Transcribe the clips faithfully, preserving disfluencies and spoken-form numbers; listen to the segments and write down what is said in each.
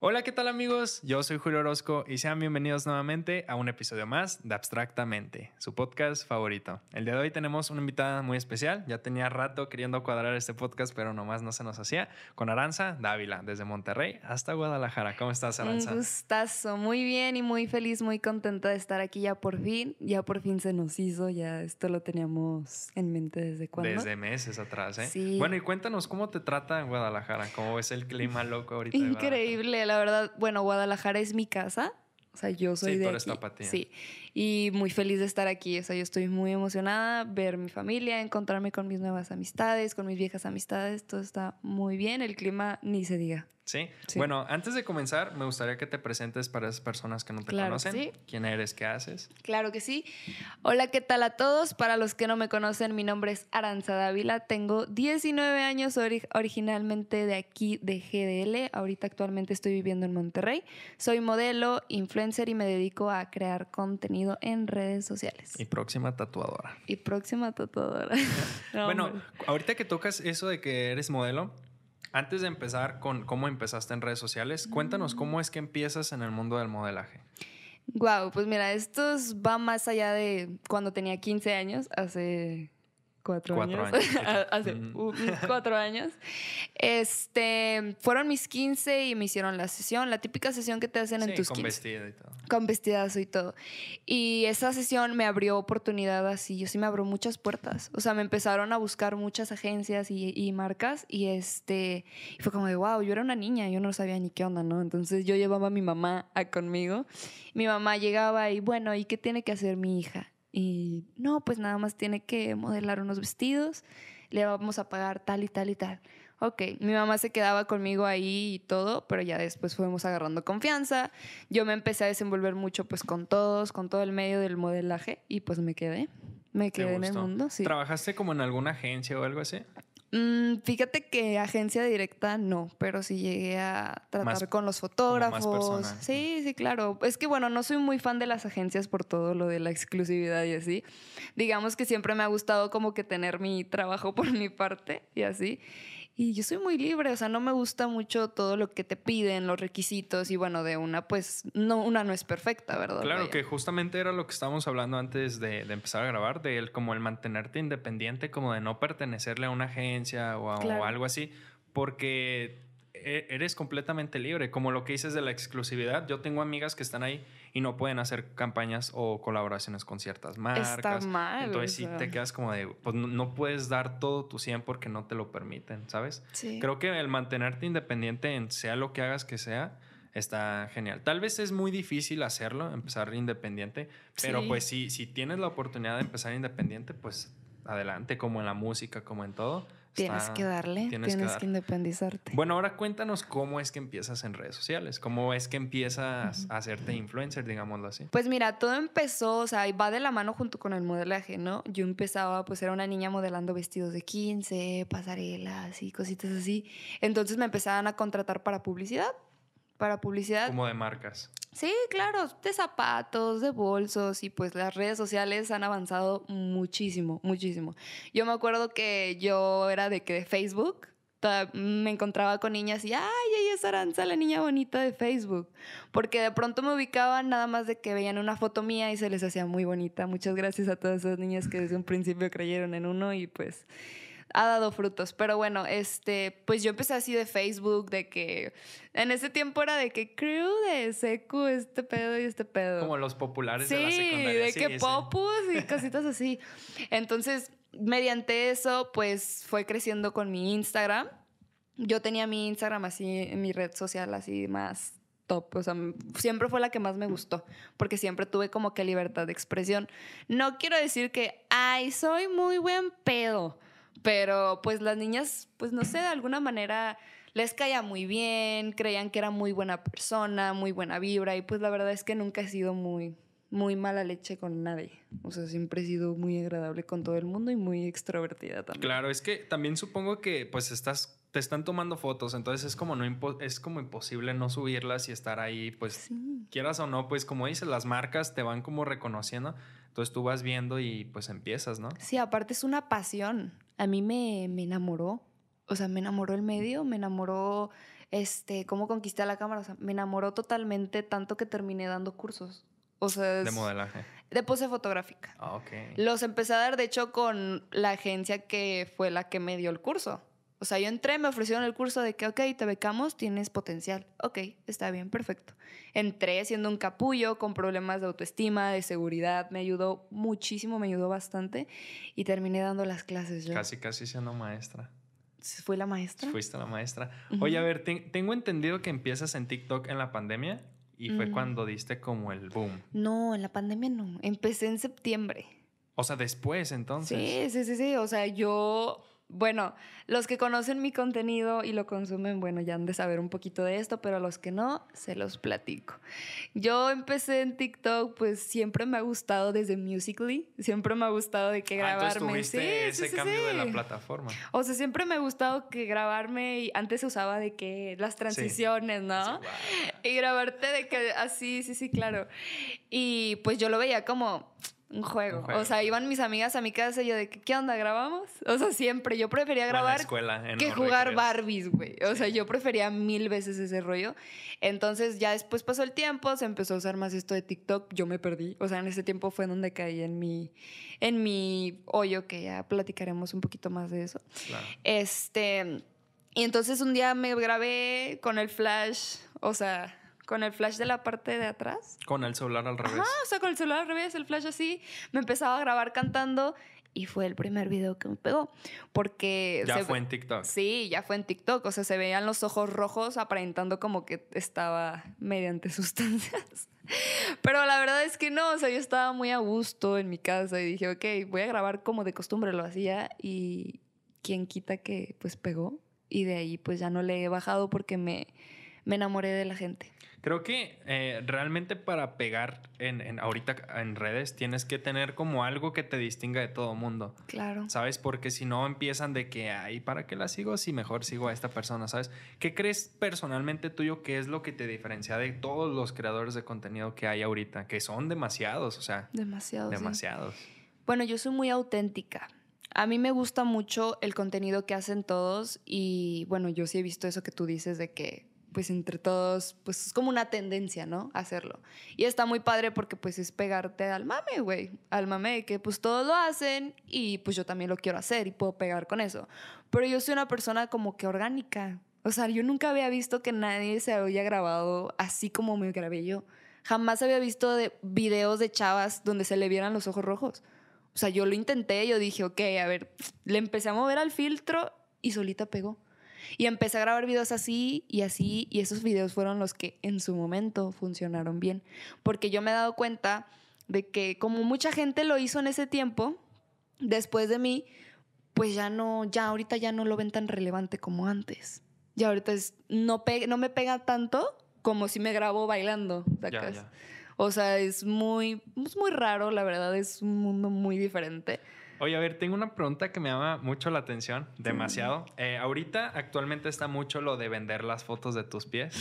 Hola, ¿qué tal amigos? Yo soy Julio Orozco y sean bienvenidos nuevamente a un episodio más de Abstractamente, su podcast favorito. El día de hoy tenemos una invitada muy especial. Ya tenía rato queriendo cuadrar este podcast, pero nomás no se nos hacía. Con Aranza Dávila, desde Monterrey hasta Guadalajara. ¿Cómo estás, Aranza? Un gustazo, muy bien y muy feliz, muy contenta de estar aquí ya por fin. Ya por fin se nos hizo, ya esto lo teníamos en mente desde cuándo. Desde meses atrás, ¿eh? Sí. Bueno, y cuéntanos cómo te trata en Guadalajara, cómo es el clima loco ahorita. Increíble, la verdad. Bueno, Guadalajara es mi casa. O sea, yo soy sí, de tú eres aquí. tapatía. Sí, y muy feliz de estar aquí. O sea, yo estoy muy emocionada, ver mi familia, encontrarme con mis nuevas amistades, con mis viejas amistades. Todo está muy bien. El clima ni se diga. ¿Sí? Sí. Bueno, antes de comenzar, me gustaría que te presentes para esas personas que no te Claro, conocen. ¿sí? ¿Quién eres? ¿Qué haces? Claro que sí. Hola, ¿qué tal a todos? Para los que no me conocen, mi nombre es Aranza Dávila. Tengo diecinueve años, ori- originalmente de aquí de G D L. Ahorita actualmente estoy viviendo en Monterrey. Soy modelo, influencer y me dedico a crear contenido en redes sociales. Y próxima tatuadora. Y próxima tatuadora. No, bueno, hombre. ahorita que tocas eso de que eres modelo, antes de empezar con cómo empezaste en redes sociales, cuéntanos cómo es que empiezas en el mundo del modelaje. Guau, pues mira, esto va más allá de cuando tenía quince años, hace cuatro, Cuatro años. años. hace Mm. uh, cuatro años. Este, fueron mis quince y me hicieron la sesión, la típica sesión que te hacen en Sí, tus con quince. vestido y todo. Con vestidazo y todo. Y esa sesión me abrió oportunidad así, yo sí me abrió muchas puertas. O sea, me empezaron a buscar muchas agencias y, y marcas y este, y fue como de, wow, yo era una niña, yo no sabía ni qué onda, ¿no? Entonces yo llevaba a mi mamá a conmigo. Mi mamá llegaba y, bueno, ¿y qué tiene que hacer mi hija? Y no, pues nada más tiene que modelar unos vestidos, le vamos a pagar tal y tal y tal. Ok, mi mamá se quedaba conmigo ahí y todo, pero ya después fuimos agarrando confianza. Yo me empecé a desenvolver mucho pues con todos, con todo el medio del modelaje y pues me quedé. Me ¿Te quedé en el gustó? mundo, sí. ¿Trabajaste como en alguna agencia o algo así? Mm, fíjate que agencia directa no, pero sí llegué a tratar Más- con los como fotógrafos. más personal. Sí, sí, claro. Es que bueno, no soy muy fan de las agencias por todo lo de la exclusividad y así. Digamos que siempre me ha gustado como que tener mi trabajo por mi parte y así. Y yo soy muy libre, o sea, no me gusta mucho todo lo que te piden, los requisitos y bueno, de una pues no, una no es perfecta, ¿verdad? Claro, Vaya. que justamente era lo que estábamos hablando antes de, de empezar a grabar, de el, como el mantenerte independiente, como de no pertenecerle a una agencia o, a, Claro. o algo así, porque e- eres completamente libre. Como lo que dices de la exclusividad, yo tengo amigas que están ahí y no pueden hacer campañas o colaboraciones con ciertas marcas. Está mal, Entonces o sí sea. te quedas como de, pues no, no puedes dar todo tu cien porque no te lo permiten, ¿sabes? Sí. Creo que el mantenerte independiente en sea lo que hagas que sea, está genial. Tal vez es muy difícil hacerlo, empezar independiente, pero Sí. pues si, si tienes la oportunidad de empezar independiente, pues adelante, como en la música, como en todo. Tienes está- que darle, Tienes, tienes, que que, dar. independizarte. Bueno, ahora cuéntanos cómo es que empiezas en redes sociales, cómo es que empiezas a hacerte influencer, digámoslo así. Pues mira, todo empezó, o sea, y va de la mano junto con el modelaje, ¿no? Yo empezaba, pues era una niña modelando vestidos de quince, pasarelas y cositas así. Entonces me empezaban a contratar para publicidad, para publicidad. Como de marcas. Sí, claro, de zapatos, de bolsos y pues las redes sociales han avanzado muchísimo, muchísimo. Yo me acuerdo que yo era de que de Facebook ta- me encontraba con niñas y ay, ella es Aranza, la niña bonita de Facebook, porque de pronto me ubicaban nada más de que veían una foto mía y se les hacía muy bonita. Muchas gracias a todas esas niñas que desde un principio creyeron en uno y pues ha dado frutos. Pero bueno, este, pues yo empecé así de Facebook, de que en ese tiempo era de que crew de secu, este pedo y este pedo. Como los populares Sí, de la secundaria. de Sí, que sí. popus y cositas así. Entonces, mediante eso, pues fue creciendo con mi Instagram. Yo tenía mi Instagram así, en mi red social así más top, o sea, siempre fue la que más me gustó, porque siempre tuve como que libertad de expresión. No quiero decir que, ay, soy muy buen pedo, pero pues las niñas, pues no sé, de alguna manera les caía muy bien, creían que era muy buena persona, muy buena vibra, y pues la verdad es que nunca he sido muy, muy mala leche con nadie. O sea, siempre he sido muy agradable con todo el mundo y muy extrovertida también. Claro, es que también supongo que pues estás, te están tomando fotos, entonces es como no impo- es como imposible no subirlas y estar ahí, pues Sí. quieras o no, pues como dices, las marcas te van como reconociendo, entonces tú vas viendo y pues empiezas, ¿no? Sí, aparte es una pasión. A mí me, me enamoró. O sea, me enamoró el medio, me enamoró este, cómo conquisté a la cámara. O sea, me enamoró totalmente tanto que terminé dando cursos. O sea, es, de modelaje. De pose fotográfica. Ah, ok. Los empecé a dar, de hecho, con la agencia que fue la que me dio el curso. O sea, yo entré, me ofrecieron el curso de que, ok, te becamos, tienes potencial. Ok, está bien, perfecto. Entré siendo un capullo, con problemas de autoestima, de seguridad. Me ayudó muchísimo, me ayudó bastante. Y terminé dando las clases yo. Casi, casi siendo maestra. ¿Fui la maestra? Fuiste la maestra. Uh-huh. Oye, a ver, te, tengo entendido que empiezas en TikTok en la pandemia y fue mm. cuando diste como el boom. No, en la pandemia no. Empecé en septiembre. O sea, después, entonces. Sí, sí, sí, sí. O sea, yo... Bueno, los que conocen mi contenido y lo consumen, bueno, ya han de saber un poquito de esto, pero a los que no, se los platico. Yo empecé en TikTok, pues siempre me ha gustado desde Musical.ly, siempre me ha gustado de que grabarme. Ah, entonces tuviste sí, ese sí, cambio sí. de la plataforma. O sea, siempre me ha gustado que grabarme, y antes se usaba de que las transiciones, sí. ¿no? Sí, wow. Y grabarte de que así, sí, sí, claro. Y pues yo lo veía como... Un juego. un juego. O sea, iban mis amigas a mi casa y yo de, ¿qué onda? ¿Grabamos? O sea, siempre. Yo prefería grabar en la escuela, en que jugar recreos. Barbies, güey. O sí. sea, yo prefería mil veces ese rollo. Entonces, ya después pasó el tiempo, se empezó a usar más esto de TikTok. Yo me perdí. O sea, en ese tiempo fue donde caí en mi, en mi hoyo, que ya platicaremos un poquito más de eso. Claro. Este... Y entonces un día me grabé con el flash, o sea... Con el flash de la parte de atrás. Con el celular al revés. Ajá, o sea, con el celular al revés, el flash así. Me empezaba a grabar cantando y fue el primer video que me pegó. Porque... Ya se... fue en TikTok. Sí, ya fue en TikTok. O sea, se veían los ojos rojos aparentando como que estaba mediante sustancias. Pero la verdad es que no, o sea, yo estaba muy a gusto en mi casa y dije, ok, voy a grabar como de costumbre lo hacía y quien quita que pues pegó. Y de ahí pues ya no le he bajado porque me, me enamoré de la gente. Creo que eh, realmente para pegar en, en, ahorita en redes tienes que tener como algo que te distinga de todo mundo. Claro. ¿Sabes? Porque si no empiezan de que, ay, ¿para qué la sigo? Si mejor sigo a esta persona, ¿sabes? ¿Qué crees personalmente tuyo que es lo que te diferencia de todos los creadores de contenido que hay ahorita? Que son demasiados, o sea. Demasiados. Demasiados. Sí. Bueno, yo soy muy auténtica. A mí me gusta mucho el contenido que hacen todos y, bueno, yo sí he visto eso que tú dices de que pues entre todos, pues es como una tendencia, ¿no? Hacerlo. Y está muy padre porque pues es pegarte al mame, güey. Al mame de que pues todos lo hacen y pues yo también lo quiero hacer y puedo pegar con eso. Pero yo soy una persona como que orgánica. O sea, yo nunca había visto que nadie se había grabado así como me grabé yo. Jamás había visto de videos de chavas donde se le vieran los ojos rojos. O sea, yo lo intenté, yo dije, ok, a ver, le empecé a mover al filtro y solita pegó. Y empecé a grabar videos así y así, y esos videos fueron los que en su momento funcionaron bien. Porque yo me he dado cuenta de que como mucha gente lo hizo en ese tiempo, después de mí, pues ya no, ya ahorita ya no lo ven tan relevante como antes. Ya ahorita es, no, pe- no me pega tanto como si me grabo bailando, ¿sacas? Ya, ya. O sea, es muy, es muy raro, la verdad, es un mundo muy diferente. Oye, a ver, tengo una pregunta que me llama mucho la atención, demasiado. Eh, ahorita actualmente está mucho lo de vender las fotos de tus pies.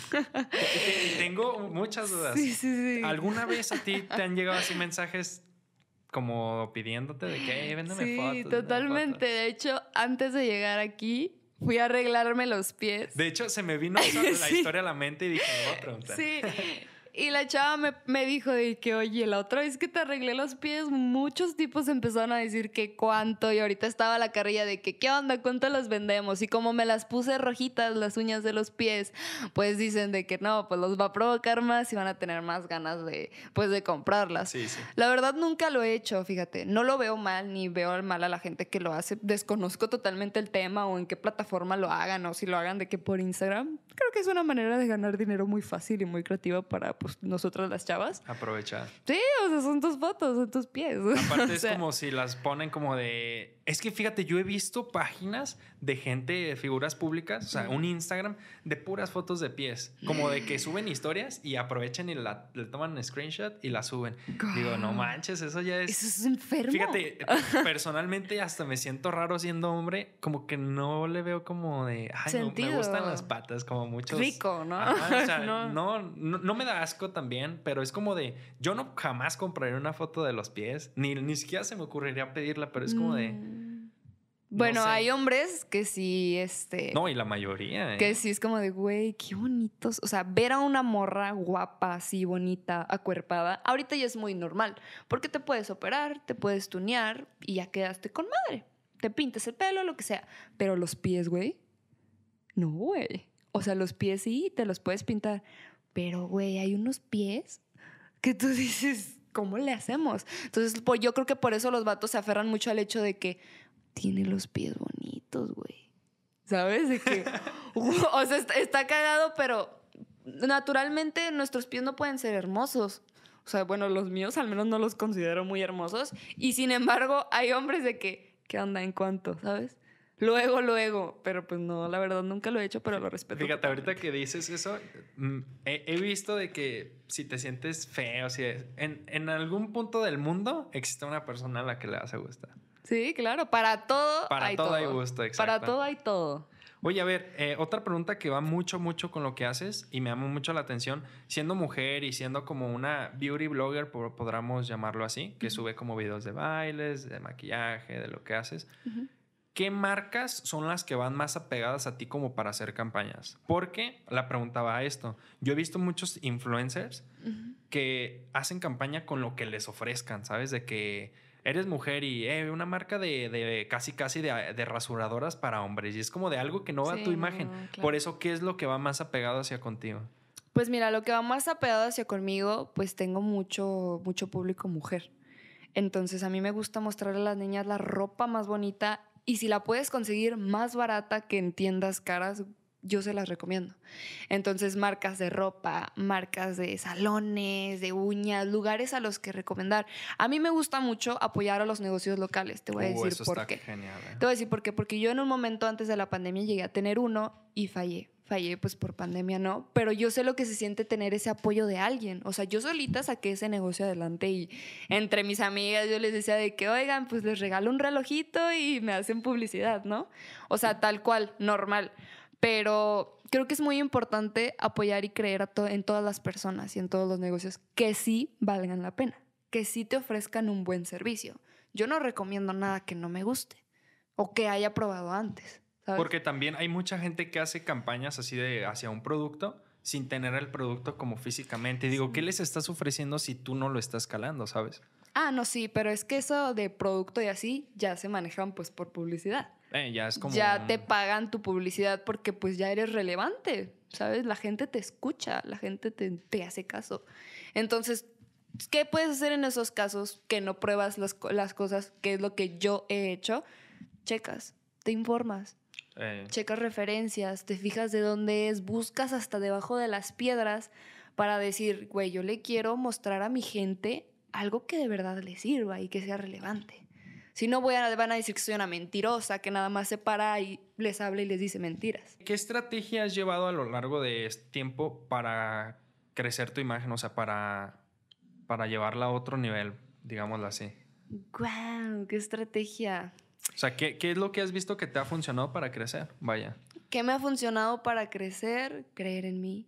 y, y tengo muchas dudas. Sí, sí, sí. ¿Alguna vez a ti te han llegado así mensajes como pidiéndote de que hey, véndeme sí, fotos? Sí, totalmente. Fotos? De hecho, antes de llegar aquí, fui a arreglarme los pies. De hecho, se me vino esa, la sí. historia a la mente y dije, me voy a preguntar. Sí. Y la chava me, me dijo de que, oye, la otra vez que te arreglé los pies, muchos tipos empezaron a decir que cuánto. Y ahorita estaba la carrilla de que, ¿qué onda? ¿Cuánto las vendemos? Y como me las puse rojitas, las uñas de los pies, pues dicen de que no, pues los va a provocar más y van a tener más ganas de, pues, de comprarlas. Sí, sí. La verdad nunca lo he hecho, fíjate. No lo veo mal ni veo mal a la gente que lo hace. Desconozco totalmente el tema o en qué plataforma lo hagan o si lo hagan de que por Instagram. Creo que es una manera de ganar dinero muy fácil y muy creativa para pues nosotras las chavas. Aprovechar. Sí, o sea, son tus fotos, son tus pies. Aparte o es sea, como si las ponen como de... Es que fíjate, yo he visto páginas de gente, figuras públicas, o sea, un Instagram de puras fotos de pies. Como de que suben historias y aprovechan y la, le toman screenshot y la suben. God. Digo, no manches, eso ya es... Eso es enfermo. Fíjate, personalmente hasta me siento raro siendo hombre, como que no le veo como de... Ay, no, me gustan las patas, como muchos... Rico, ¿no? Ajá, o sea, no. No, no, no me da asco también, pero es como de... Yo no jamás compraría una foto de los pies, ni, ni siquiera se me ocurriría pedirla, pero es como de... Bueno, no sé. hay hombres que sí, este... No, y la mayoría. ¿eh? Que sí es como de, güey, qué bonitos. O sea, ver a una morra guapa, así, bonita, acuerpada, ahorita ya es muy normal. Porque te puedes operar, te puedes tunear y ya quedaste con madre. Te pintas el pelo, lo que sea. Pero los pies, güey, no, güey. O sea, los pies sí, te los puedes pintar. Pero, güey, hay unos pies que tú dices, ¿cómo le hacemos? Entonces, pues, yo creo que por eso los vatos se aferran mucho al hecho de que tiene los pies bonitos, güey. ¿Sabes? De que, o sea, está, está cagado, pero naturalmente nuestros pies no pueden ser hermosos. O sea, bueno, los míos al menos no los considero muy hermosos. Y sin embargo, hay hombres de que, ¿qué onda? ¿En cuánto? ¿Sabes? Luego, luego. Pero pues no, la verdad nunca lo he hecho, pero lo respeto. Fíjate, totalmente. ahorita que dices eso, mm, he, he visto de que si te sientes feo, si es- en, en algún punto del mundo existe una persona a la que le vas a gustar. Sí, claro. Para todo Para hay todo todo. hay gusto, exacto. Para todo hay todo. Oye, a ver, eh, otra pregunta que va mucho, mucho con lo que haces y me llama mucho la atención, siendo mujer y siendo como una beauty blogger, por- podríamos llamarlo así, que Ujú. sube como videos de bailes, de maquillaje, de lo que haces. Ujú. ¿Qué marcas son las que van más apegadas a ti como para hacer campañas? Porque la pregunta va a esto. Yo he visto muchos influencers Ujú. que hacen campaña con lo que les ofrezcan, ¿sabes? De que eres mujer y eh, una marca de, de casi casi de, de rasuradoras para hombres. Y es como de algo que no va a Sí, tu no, imagen. claro. Por eso, ¿qué es lo que va más apegado hacia contigo? Pues mira, lo que va más apegado hacia conmigo, pues tengo mucho, mucho público mujer. Entonces a mí me gusta mostrarle a las niñas la ropa más bonita y si la puedes conseguir más barata que en tiendas caras, yo se las recomiendo. Entonces marcas de ropa, marcas de salones, de uñas, lugares a los que recomendar. A mí me gusta mucho apoyar a los negocios locales, te voy a Uh, decir eso por está qué. genial. ¿eh? Te voy a decir por qué. Porque yo en un momento antes de la pandemia llegué a tener uno y fallé. Fallé pues por pandemia, ¿no? Pero yo sé lo que se siente tener ese apoyo de alguien. O sea, yo solita saqué ese negocio adelante y entre mis amigas yo les decía de que, oigan, pues les regalo un relojito y me hacen publicidad, ¿no? O sea, tal cual, normal. Pero creo que es muy importante apoyar y creer a to- en todas las personas y en todos los negocios que sí valgan la pena, que sí te ofrezcan un buen servicio. Yo no recomiendo nada que no me guste o que haya probado antes, ¿sabes? Porque también hay mucha gente que hace campañas así de hacia un producto sin tener el producto como físicamente. Y digo, Sí. ¿qué les estás ofreciendo si tú no lo estás calando, sabes? Ah, no, sí, pero es que eso de producto y así ya se manejan pues por publicidad. Eh, ya es como... Ya te pagan tu publicidad porque pues ya eres relevante, ¿sabes? La gente te escucha, la gente te, te hace caso. Entonces, ¿qué puedes hacer en esos casos que no pruebas las, co- las cosas, que es lo que yo he hecho? Checas, te informas, eh, checas referencias, te fijas de dónde es, buscas hasta debajo de las piedras para decir, güey, yo le quiero mostrar a mi gente algo que de verdad le sirva y que sea relevante. Si no, voy a, van a decir que soy una mentirosa, que nada más se para y les habla y les dice mentiras. ¿Qué estrategia has llevado a lo largo de este tiempo para crecer tu imagen? O sea, para, para llevarla a otro nivel, digámoslo así. ¡Guau! ¡Qué estrategia! O sea, ¿qué, qué es lo que has visto que te ha funcionado para crecer? Vaya. ¿Qué me ha funcionado para crecer? Creer en mí.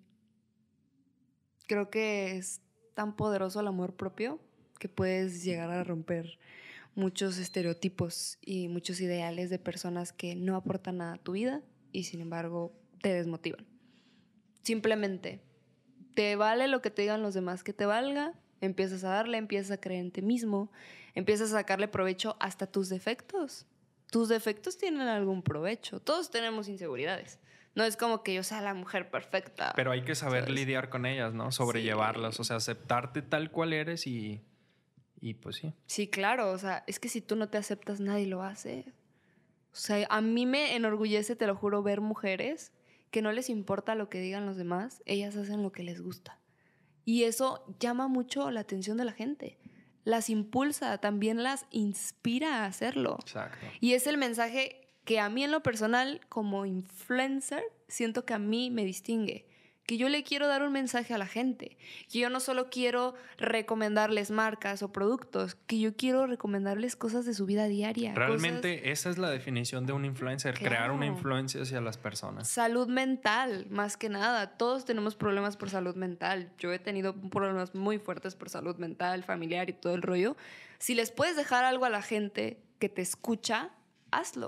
Creo que es tan poderoso el amor propio que puedes llegar a romper muchos estereotipos y muchos ideales de personas que no aportan nada a tu vida y sin embargo te desmotivan. Simplemente, te vale lo que te digan los demás que te valga, empiezas a darle, empiezas a creer en ti mismo, empiezas a sacarle provecho hasta tus defectos. Tus defectos tienen algún provecho. Todos tenemos inseguridades. No es como que yo sea la mujer perfecta. Pero hay que saber ¿sabes? lidiar con ellas, ¿no? Sobrellevarlas, Sí. o sea, aceptarte tal cual eres y, y pues sí. Sí, claro. O sea, es que si tú no te aceptas, nadie lo hace. O sea, a mí me enorgullece, te lo juro, ver mujeres que no les importa lo que digan los demás, ellas hacen lo que les gusta. Y eso llama mucho la atención de la gente. Las impulsa, también las inspira a hacerlo. Exacto. Y es el mensaje que a mí en lo personal, como influencer, siento que a mí me distingue. Que yo le quiero dar un mensaje a la gente. Que yo no solo quiero recomendarles marcas o productos, que yo quiero recomendarles cosas de su vida diaria. Realmente cosas... esa es la definición de un influencer, Claro. crear una influencia hacia las personas. Salud mental, más que nada. Todos tenemos problemas por salud mental. Yo he tenido problemas muy fuertes por salud mental, familiar y todo el rollo. Si les puedes dejar algo a la gente que te escucha, hazlo.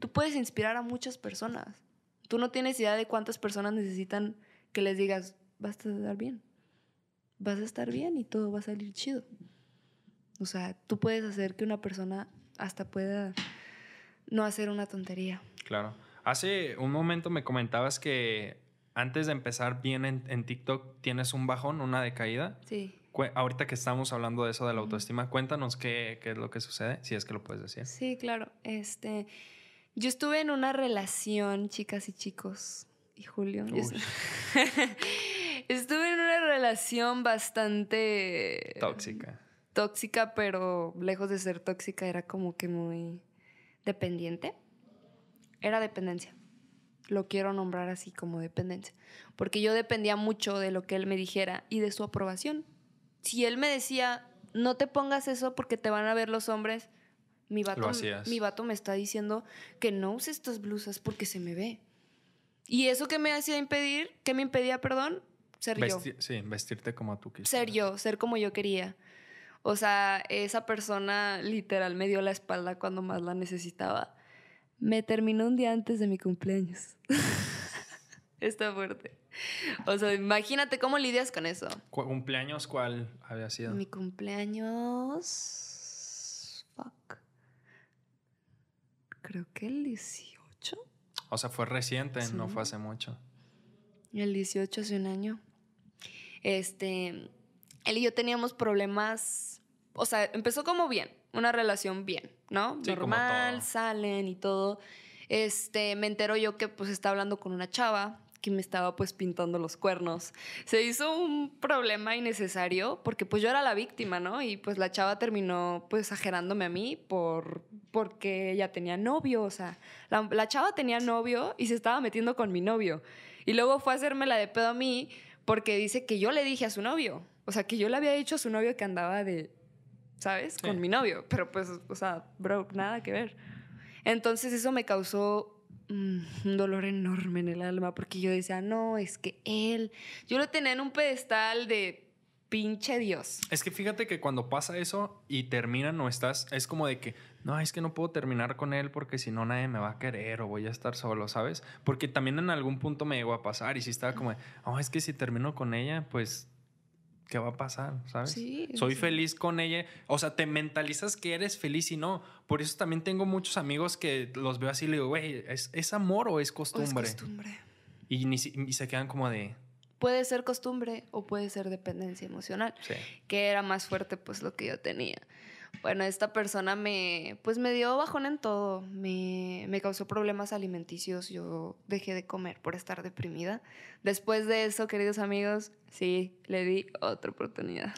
tú puedes inspirar a muchas personas. Tú no tienes idea de cuántas personas necesitan que les digas, vas a estar bien. Vas a estar bien y todo va a salir chido. O sea, tú puedes hacer que una persona hasta pueda no hacer una tontería. Claro. Hace un momento me comentabas que antes de empezar bien en, en TikTok tienes un bajón, una decaída. Sí. Cu- ahorita que estamos hablando de eso de la autoestima, cuéntanos qué, qué es lo que sucede, si es que lo puedes decir. Sí, claro. Este, yo estuve en una relación, chicas y chicos, y Julio. yo est- estuve en una relación bastante Tóxica. tóxica, pero lejos de ser tóxica era como que muy dependiente. Era dependencia. Lo quiero nombrar así como dependencia. Porque yo dependía mucho de lo que él me dijera y de su aprobación. Si él me decía, no te pongas eso porque te van a ver los hombres, mi vato, Lo hacías. mi vato me está diciendo que no use estas blusas porque se me ve. Y eso que me hacía impedir, que me impedía, perdón, ser Vesti- yo. Sí, vestirte como tú quisieras. Ser yo, ser como yo quería. O sea, esa persona literal me dio la espalda cuando más la necesitaba. Me terminó un día antes de mi cumpleaños. Está fuerte. O sea, imagínate cómo lidias con eso. ¿Cu- ¿Cumpleaños cuál había sido? Mi cumpleaños... Fuck. Creo que el dieciocho. O sea, fue reciente, Sí. no fue hace mucho. El dieciocho, hace un año. Este... Él y yo teníamos problemas... O sea, empezó como bien. Una relación bien, ¿no? Sí, como normal, todo. salen y todo. Este, me entero yo que pues está hablando con una chava que me estaba pues pintando los cuernos. Se hizo un problema innecesario porque pues yo era la víctima, ¿no? Y pues la chava terminó pues exagerándome a mí por, porque ella tenía novio. O sea, la, la chava tenía novio y se estaba metiendo con mi novio. Y luego fue a hacerme la de pedo a mí porque dice que yo le dije a su novio. O sea, que yo le había dicho a su novio que andaba de... ¿Sabes? Sí. Con mi novio. Pero pues, o sea, bro, nada que ver. Entonces eso me causó mm, un dolor enorme en el alma porque yo decía, no, es que él... Yo lo tenía en un pedestal de pinche Dios. Es que fíjate que cuando pasa eso y terminan o estás, es como de que, no, es que no puedo terminar con él porque si no nadie me va a querer o voy a estar solo, ¿sabes? Porque también en algún punto me llegó a pasar y si estaba como, oh, es que si termino con ella, pues... ¿qué va a pasar? ¿Sabes? Sí, Soy sí. feliz con ella. O sea, te mentalizas que eres feliz y no. Por eso también tengo muchos amigos que los veo así y le digo, güey, ¿es, ¿es amor o es O es costumbre? costumbre. Y, ni, si- y se quedan como de... Puede ser costumbre o puede ser dependencia emocional, Sí. que era más fuerte pues lo que yo tenía. Bueno, esta persona me, pues me dio bajón en todo, me, me causó problemas alimenticios, yo dejé de comer por estar deprimida. Después de eso, queridos amigos, sí, le di otra oportunidad.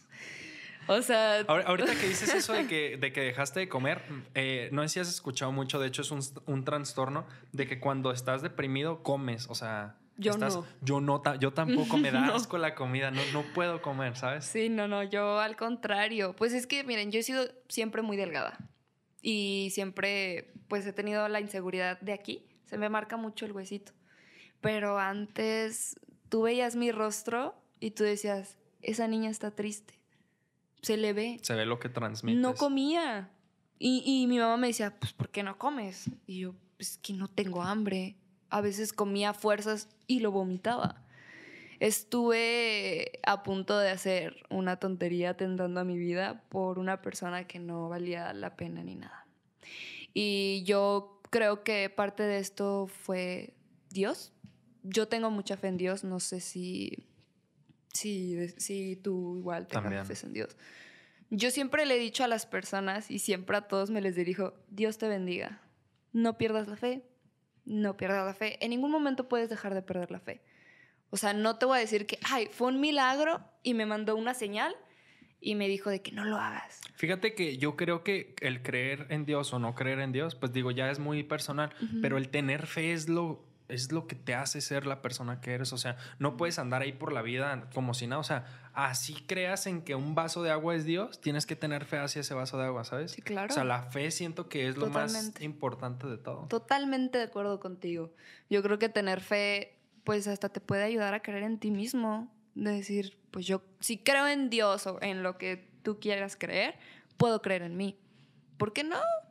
O sea... Ahor- Ahorita que dices eso de que, de que dejaste de comer, eh, no sé si has escuchado mucho, de hecho es un, un trastorno de que cuando estás deprimido comes, o sea... Yo estás- no. Yo no, ta- yo tampoco me da No. asco la comida, no, no puedo comer, ¿sabes? Sí, no, no, yo al contrario. Pues es que, miren, yo he sido siempre muy delgada y siempre, pues he tenido la inseguridad de aquí. Se me marca mucho el huesito. Pero antes tú veías mi rostro y tú decías, esa niña está triste. Se le ve. Se ve lo que transmites. No comía. Y, y mi mamá me decía, pues, ¿por qué no comes? Y yo, pues, que no tengo hambre. A veces comía a fuerzas y lo vomitaba. Estuve a punto de hacer una tontería atentando a mi vida por una persona que no valía la pena ni nada. Y yo creo que parte de esto fue Dios. Yo tengo mucha fe en Dios. No sé si, si, si tú igual tengas También. fe en Dios. Yo siempre le he dicho a las personas y siempre a todos me les dirijo, Dios te bendiga. No pierdas la fe. No pierdas la fe. En ningún momento puedes dejar de perder la fe. O sea, no te voy a decir que, ay, fue un milagro y me mandó una señal y me dijo de que no lo hagas. Fíjate que yo creo que el creer en Dios o no creer en Dios, pues digo, ya es muy personal, Ujú. pero el tener fe es lo, es lo que te hace ser la persona que eres. O sea, no puedes andar ahí por la vida como si nada. O sea, así creas en que un vaso de agua es Dios, tienes que tener fe hacia ese vaso de agua, ¿sabes? Sí, claro. O sea, la fe siento que es lo más Totalmente. importante de todo. Totalmente de acuerdo contigo. Yo creo que tener fe, pues hasta te puede ayudar a creer en ti mismo. De decir, pues yo, si creo en Dios o en lo que tú quieras creer, puedo creer en mí. ¿Por qué no?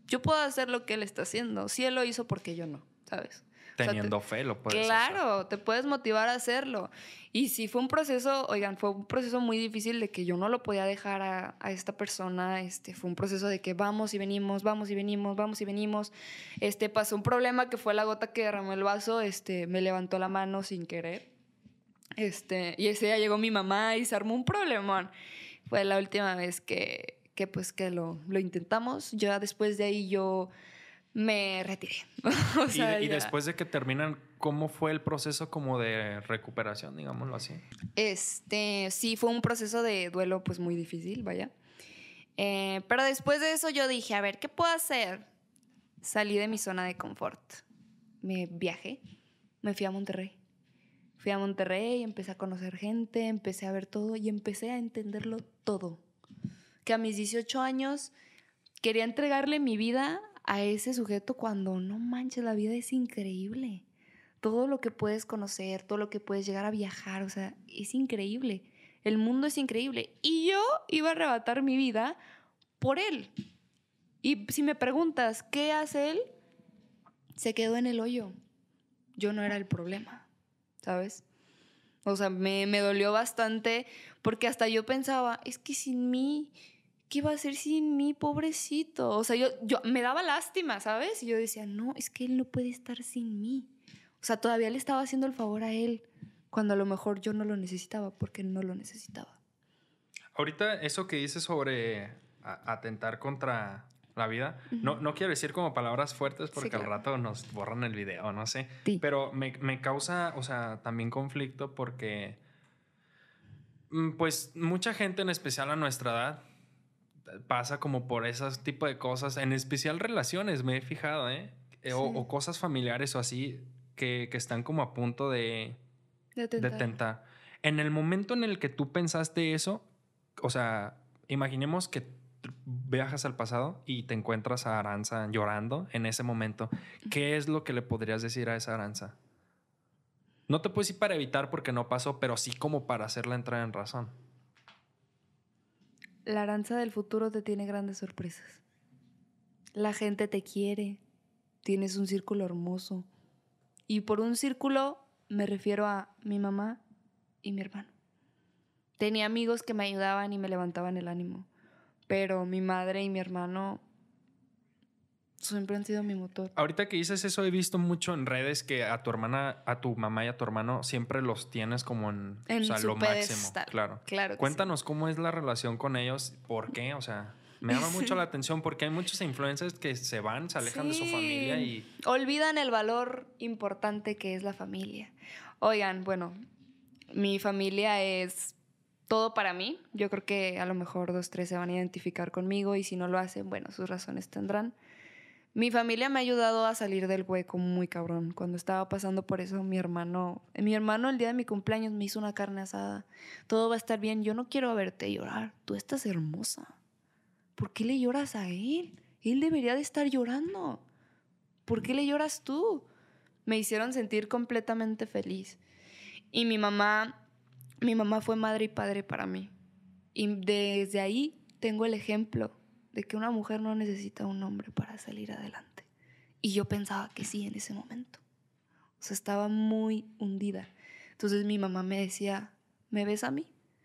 yo puedo hacer lo que él está haciendo. Si él lo hizo, ¿por qué yo no? ¿Sabes? Teniendo o sea, te, fe lo puedes claro, hacer. te puedes motivar a hacerlo. Y sí fue un proceso, oigan, fue un proceso muy difícil de que yo no lo podía dejar a, a esta persona. Este, fue un proceso de que vamos y venimos, vamos y venimos, vamos y venimos. Este, pasó un problema que fue la gota que derramó el vaso. Este, me levantó la mano sin querer. Este, y ese día llegó mi mamá y se armó un problemón. Fue la última vez que, que pues, que lo, lo intentamos. Ya después de ahí yo me retiré. o sea, y, y ya. después de que terminan, ¿cómo fue el proceso como de recuperación, digámoslo así? Este, sí, fue un proceso de duelo pues muy difícil, vaya. Eh, pero después de eso yo dije, a ver, ¿qué puedo hacer? Salí de mi zona de confort. Me viajé, me fui a Monterrey. Fui a Monterrey, empecé a conocer gente, empecé a ver todo y empecé a entenderlo todo. Que a mis dieciocho años quería entregarle mi vida a ese sujeto cuando, no manches, la vida es increíble. Todo lo que puedes conocer, todo lo que puedes llegar a viajar, o sea, es increíble. El mundo es increíble. Y yo iba a arrebatar mi vida por él. Y si me preguntas, ¿qué hace él? Se quedó en el hoyo. Yo no era el problema, ¿sabes? O sea, me, me dolió bastante porque hasta yo pensaba, es que sin mí, ¿qué iba a hacer sin mí, pobrecito? O sea, yo, yo me daba lástima, ¿sabes? Y yo decía, no, es que él no puede estar sin mí. O sea, todavía le estaba haciendo el favor a él cuando a lo mejor yo no lo necesitaba porque no lo necesitaba. Ahorita eso que dices sobre a- atentar contra la vida, uh-huh. no, no quiero decir como palabras fuertes porque sí, claro. al rato nos borran el video, no sé. Sí. Pero me, me causa, o sea, también conflicto porque pues mucha gente, en especial a nuestra edad, pasa como por esos tipos de cosas, en especial relaciones, me he fijado, ¿eh? Sí. O, o cosas familiares o así que, que están como a punto de, de, tentar. de tentar. En el momento en el que tú pensaste eso, o sea, imaginemos que viajas al pasado y te encuentras a Aranza llorando en ese momento. ¿Qué es lo que le podrías decir a esa Aranza? No te puedes ir para evitar porque no pasó, pero sí como para hacerla entrar en razón. La Aranza del futuro te tiene grandes sorpresas. La gente te quiere. Tienes un círculo hermoso. Y por un círculo me refiero a mi mamá y mi hermano. Tenía amigos que me ayudaban y me levantaban el ánimo. Pero mi madre y mi hermano siempre han sido mi motor. Ahorita que dices eso, he visto mucho en redes que a tu hermana, a tu mamá y a tu hermano siempre los tienes como en, en o sea, su lo pedestal. máximo. Claro. Claro que Cuéntanos sí. cómo es la relación con ellos, por qué, o sea, me llama mucho la atención porque hay muchos influencers que se van, se alejan sí. de su familia y olvidan el valor importante que es la familia. Oigan, bueno, mi familia es todo para mí. Yo creo que a lo mejor dos, tres se van a identificar conmigo y si no lo hacen, bueno, sus razones tendrán. Mi familia me ha ayudado a salir del hueco muy cabrón. Cuando estaba pasando por eso, mi hermano, mi hermano el día de mi cumpleaños me hizo una carne asada. Todo va a estar bien. Yo no quiero verte llorar. Tú estás hermosa. ¿Por qué le lloras a él? Él debería de estar llorando. ¿Por qué le lloras tú? Me hicieron sentir completamente feliz. Y mi mamá, mi mamá fue madre y padre para mí. Y desde ahí tengo el ejemplo de que una mujer no necesita un hombre para salir adelante. Y yo pensaba que sí en ese momento. O sea, estaba muy hundida. Entonces mi mamá me decía, ¿me ves a mí?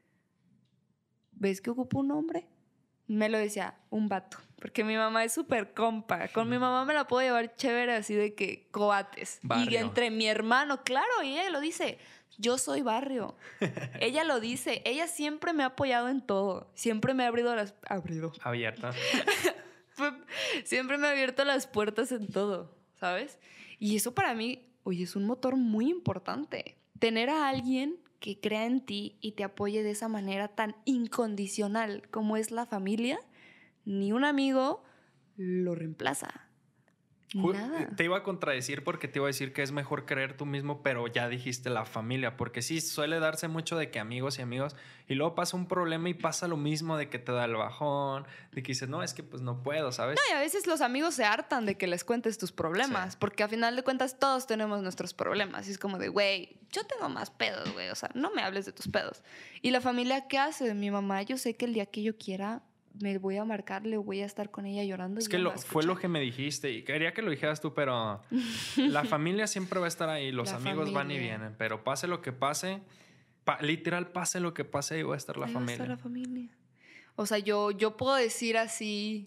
¿Ves que ocupo un hombre? Me lo decía, un vato. Porque mi mamá es súper compa. Con mi mamá me la puedo llevar chévere así de que coates. Barrio. Y entre mi hermano, claro, y ella lo dice, yo soy barrio. Ella lo dice. Ella siempre me ha apoyado en todo. Siempre me ha abierto las... Abrido. Abierta. Siempre me ha abierto las puertas en todo, ¿sabes? Y eso para mí, oye, es un motor muy importante. Tener a alguien que crea en ti y te apoye de esa manera tan incondicional como es la familia, ni un amigo lo reemplaza. Nada. Te iba a contradecir porque te iba a decir que es mejor creer tú mismo, pero ya dijiste la familia, porque sí suele darse mucho de que amigos y amigos, y luego pasa un problema y pasa lo mismo de que te da el bajón, de que dices, no, es que pues no puedo, ¿sabes? No, y a veces los amigos se hartan de que les cuentes tus problemas, sí. Porque a final de cuentas todos tenemos nuestros problemas, y es como de, güey, yo tengo más pedos, güey, o sea, no me hables de tus pedos. Y la familia, ¿qué hace? Mi mamá, yo sé que el día que yo quiera me voy a marcarle o voy a estar con ella llorando. Es y que ella me lo, va a fue lo escuchar. que me dijiste y quería que lo dijeras tú, pero la familia siempre va a estar ahí, los La amigos van y familia. vienen, pero pase lo que pase, pa- literal pase lo que pase, ahí va a estar la Ahí va a estar familia. la familia. O sea, yo, yo puedo decir así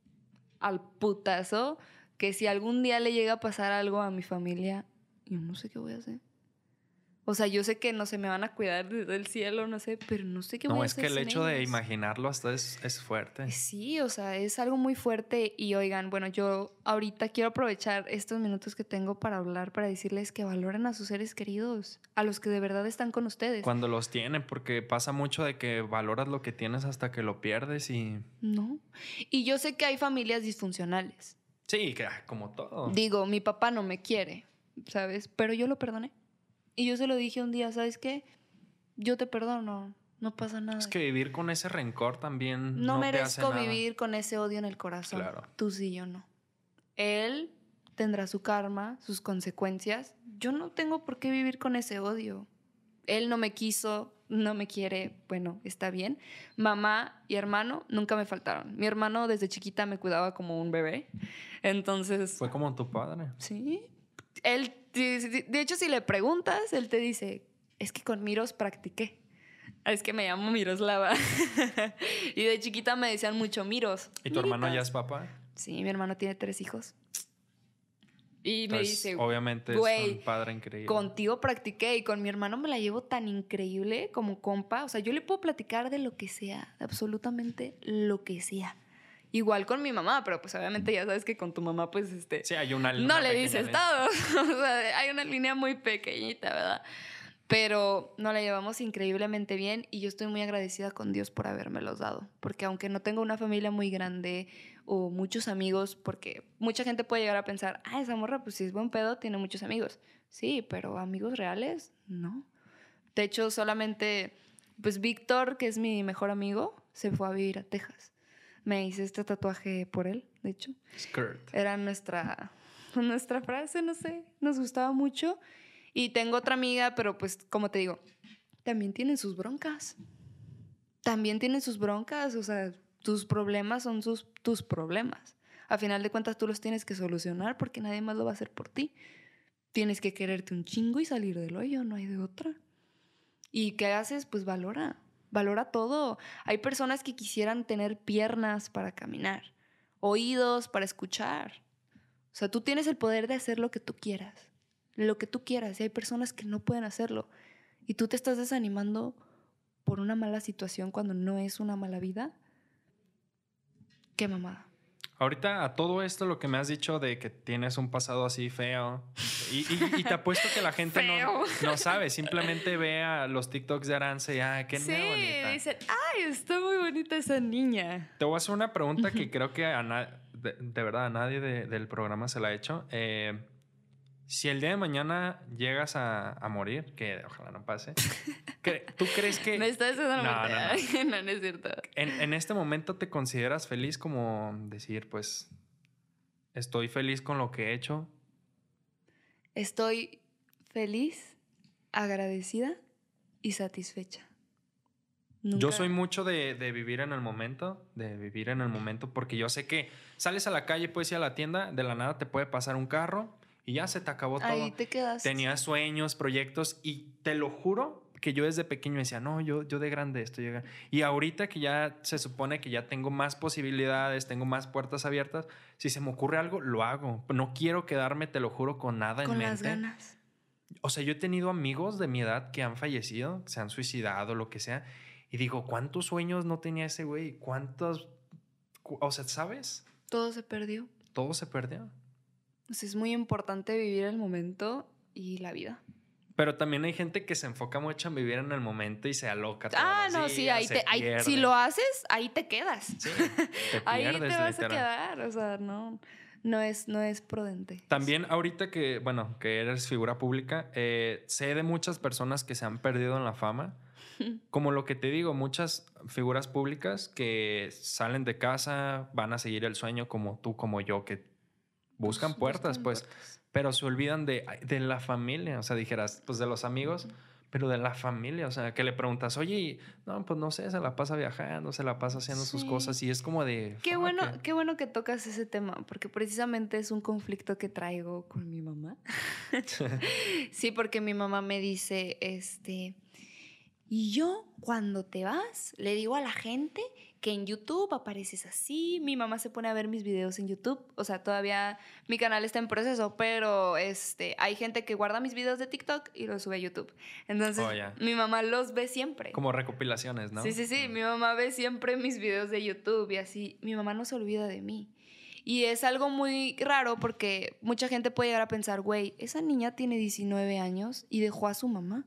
al putazo que si algún día le llega a pasar algo a mi familia, yo no sé qué voy a hacer. O sea, yo sé que no se me van a cuidar desde el cielo, no sé, pero no sé qué voy No, a es hacer que el sin hecho de ellos. imaginarlo hasta es, es fuerte. Sí, o sea, es algo muy fuerte y oigan, bueno, yo ahorita quiero aprovechar estos minutos que tengo para hablar, para decirles que valoren a sus seres queridos, a los que de verdad están con ustedes. Cuando los tienen, porque pasa mucho de que valoras lo que tienes hasta que lo pierdes y... No. Y yo sé que hay familias disfuncionales. Sí, que ah, como todo. Digo, mi papá no me quiere, ¿sabes? Pero yo lo perdoné. Y yo se lo dije un día, ¿sabes qué? Yo te perdono, no pasa nada. Es que vivir con ese rencor también No, no, te hace merezco nada. vivir con ese odio en el corazón. Claro. Tú sí, yo no. Él tendrá su karma, sus consecuencias. Yo no tengo por qué vivir con ese odio. Él no me quiso, no me quiere, bueno, está bien. Mamá y hermano nunca me faltaron. Mi hermano desde chiquita me cuidaba como un bebé. Entonces, Fue como tu padre. sí. Él, de hecho, si le preguntas, él te dice, es que con Miros practiqué. Es que me llamo Miroslava. Y de chiquita me decían mucho Miros. ¿Y tu hermano ya Miritas. es papá? Sí, mi hermano tiene tres hijos. Y me Entonces, dice, obviamente es güey, un padre increíble. contigo practiqué y con mi hermano me la llevo tan increíble como compa. O sea, yo le puedo platicar de lo que sea, de absolutamente lo que sea. Igual con mi mamá, pero pues obviamente ya sabes que con tu mamá, pues este. Sí, hay una No una le pequeña dices línea. todo. O sea, hay una línea muy pequeñita, ¿verdad? Pero nos la llevamos increíblemente bien y yo estoy muy agradecida con Dios por habérmelos dado. Porque aunque no tengo una familia muy grande o muchos amigos, porque mucha gente puede llegar a pensar, ah, esa morra, pues si es buen pedo, tiene muchos amigos. Sí, pero amigos reales, no. De hecho, solamente, pues Víctor, que es mi mejor amigo, se fue a vivir a Texas. Me hice este tatuaje por él, de hecho. Skirt. Era nuestra, nuestra frase, no sé, nos gustaba mucho. Y tengo otra amiga, pero pues, como te digo, también tienen sus broncas. También tienen sus broncas, o sea, tus problemas son sus, tus problemas. A final de cuentas, tú los tienes que solucionar porque nadie más lo va a hacer por ti. Tienes que quererte un chingo y salir del hoyo, no hay de otra. ¿Y qué haces? Pues valora, valora todo. Hay personas que quisieran tener piernas para caminar, oídos para escuchar. O sea, tú tienes el poder de hacer lo que tú quieras, lo que tú quieras, y hay personas que no pueden hacerlo. Y tú te estás desanimando por una mala situación cuando no es una mala vida. Qué mamada. Ahorita a todo esto lo que me has dicho de que tienes un pasado así feo y, y- y te apuesto que la gente no, Feo. no sabe, simplemente ve a los TikToks de Arantxa y ah, qué Sí, niña bonita. dicen, ay, está muy bonita esa niña. Te voy a hacer una pregunta que creo que a na- de, de verdad a nadie de- del programa se la ha hecho. Eh, si el día de mañana llegas a, a morir, que ojalá no pase, ¿cre- ¿tú crees que Me estás haciendo No, una no, no. mentira. No, no es cierto. en, en este momento te consideras feliz como decir, pues, estoy feliz con lo que he hecho? Estoy feliz, agradecida y satisfecha. Nunca- Yo soy mucho de, de vivir en el momento, de vivir en el momento, porque yo sé que sales a la calle, puedes ir a la tienda, de la nada te puede pasar un carro y ya se te acabó todo. Ahí te quedas. Tenía sueños, proyectos y te lo juro que yo desde pequeño decía, no, yo, yo de grande esto llega. Y ahorita que ya se supone que ya tengo más posibilidades, tengo más puertas abiertas, si se me ocurre algo, lo hago. No quiero quedarme, te lo juro, con nada en con mente. las ganas. O sea, yo he tenido amigos de mi edad que han fallecido, se han suicidado, lo que sea. Y digo, ¿cuántos sueños no tenía ese güey? ¿Cuántos? cu- O sea, ¿sabes? Todo se perdió. Todo se perdió. Pues es muy importante vivir el momento y la vida. Pero también hay gente que se enfoca mucho en vivir en el momento y se aloca todos Ah, los no, sí, días, ahí se te, ahí- pierde. si lo haces, ahí te quedas. Sí, te Ahí te pierdes, vas a literal. quedar. O sea, no, no es, no es prudente. También ahorita que, bueno, que eres figura pública, eh, sé de muchas personas que se han perdido en la fama. Como lo que te digo, muchas figuras públicas que salen de casa, van a seguir el sueño como tú, como yo, que buscan Pues, puertas, buscan pues, puertas. pero se olvidan de, de la familia. O sea, dijeras, pues de los amigos, pero de la familia, o sea, que le preguntas, oye, no, pues no sé, se la pasa viajando, se la pasa haciendo sí. sus cosas y es como de... Qué bueno, que... qué bueno que tocas ese tema, porque precisamente es un conflicto que traigo con mi mamá. Sí, porque mi mamá me dice, este... Y yo, cuando te vas, le digo a la gente que en YouTube apareces así. Mi mamá se pone a ver mis videos en YouTube. O sea, todavía mi canal está en proceso, pero este, hay gente que guarda mis videos de TikTok y los sube a YouTube. Entonces, oh, yeah. mi mamá los ve siempre. Como recopilaciones, ¿no? Sí, sí, sí. Mm. Mi mamá ve siempre mis videos de YouTube y así. Mi mamá no se olvida de mí. Y es algo muy raro porque mucha gente puede llegar a pensar, güey, esa niña tiene diecinueve años y dejó a su mamá.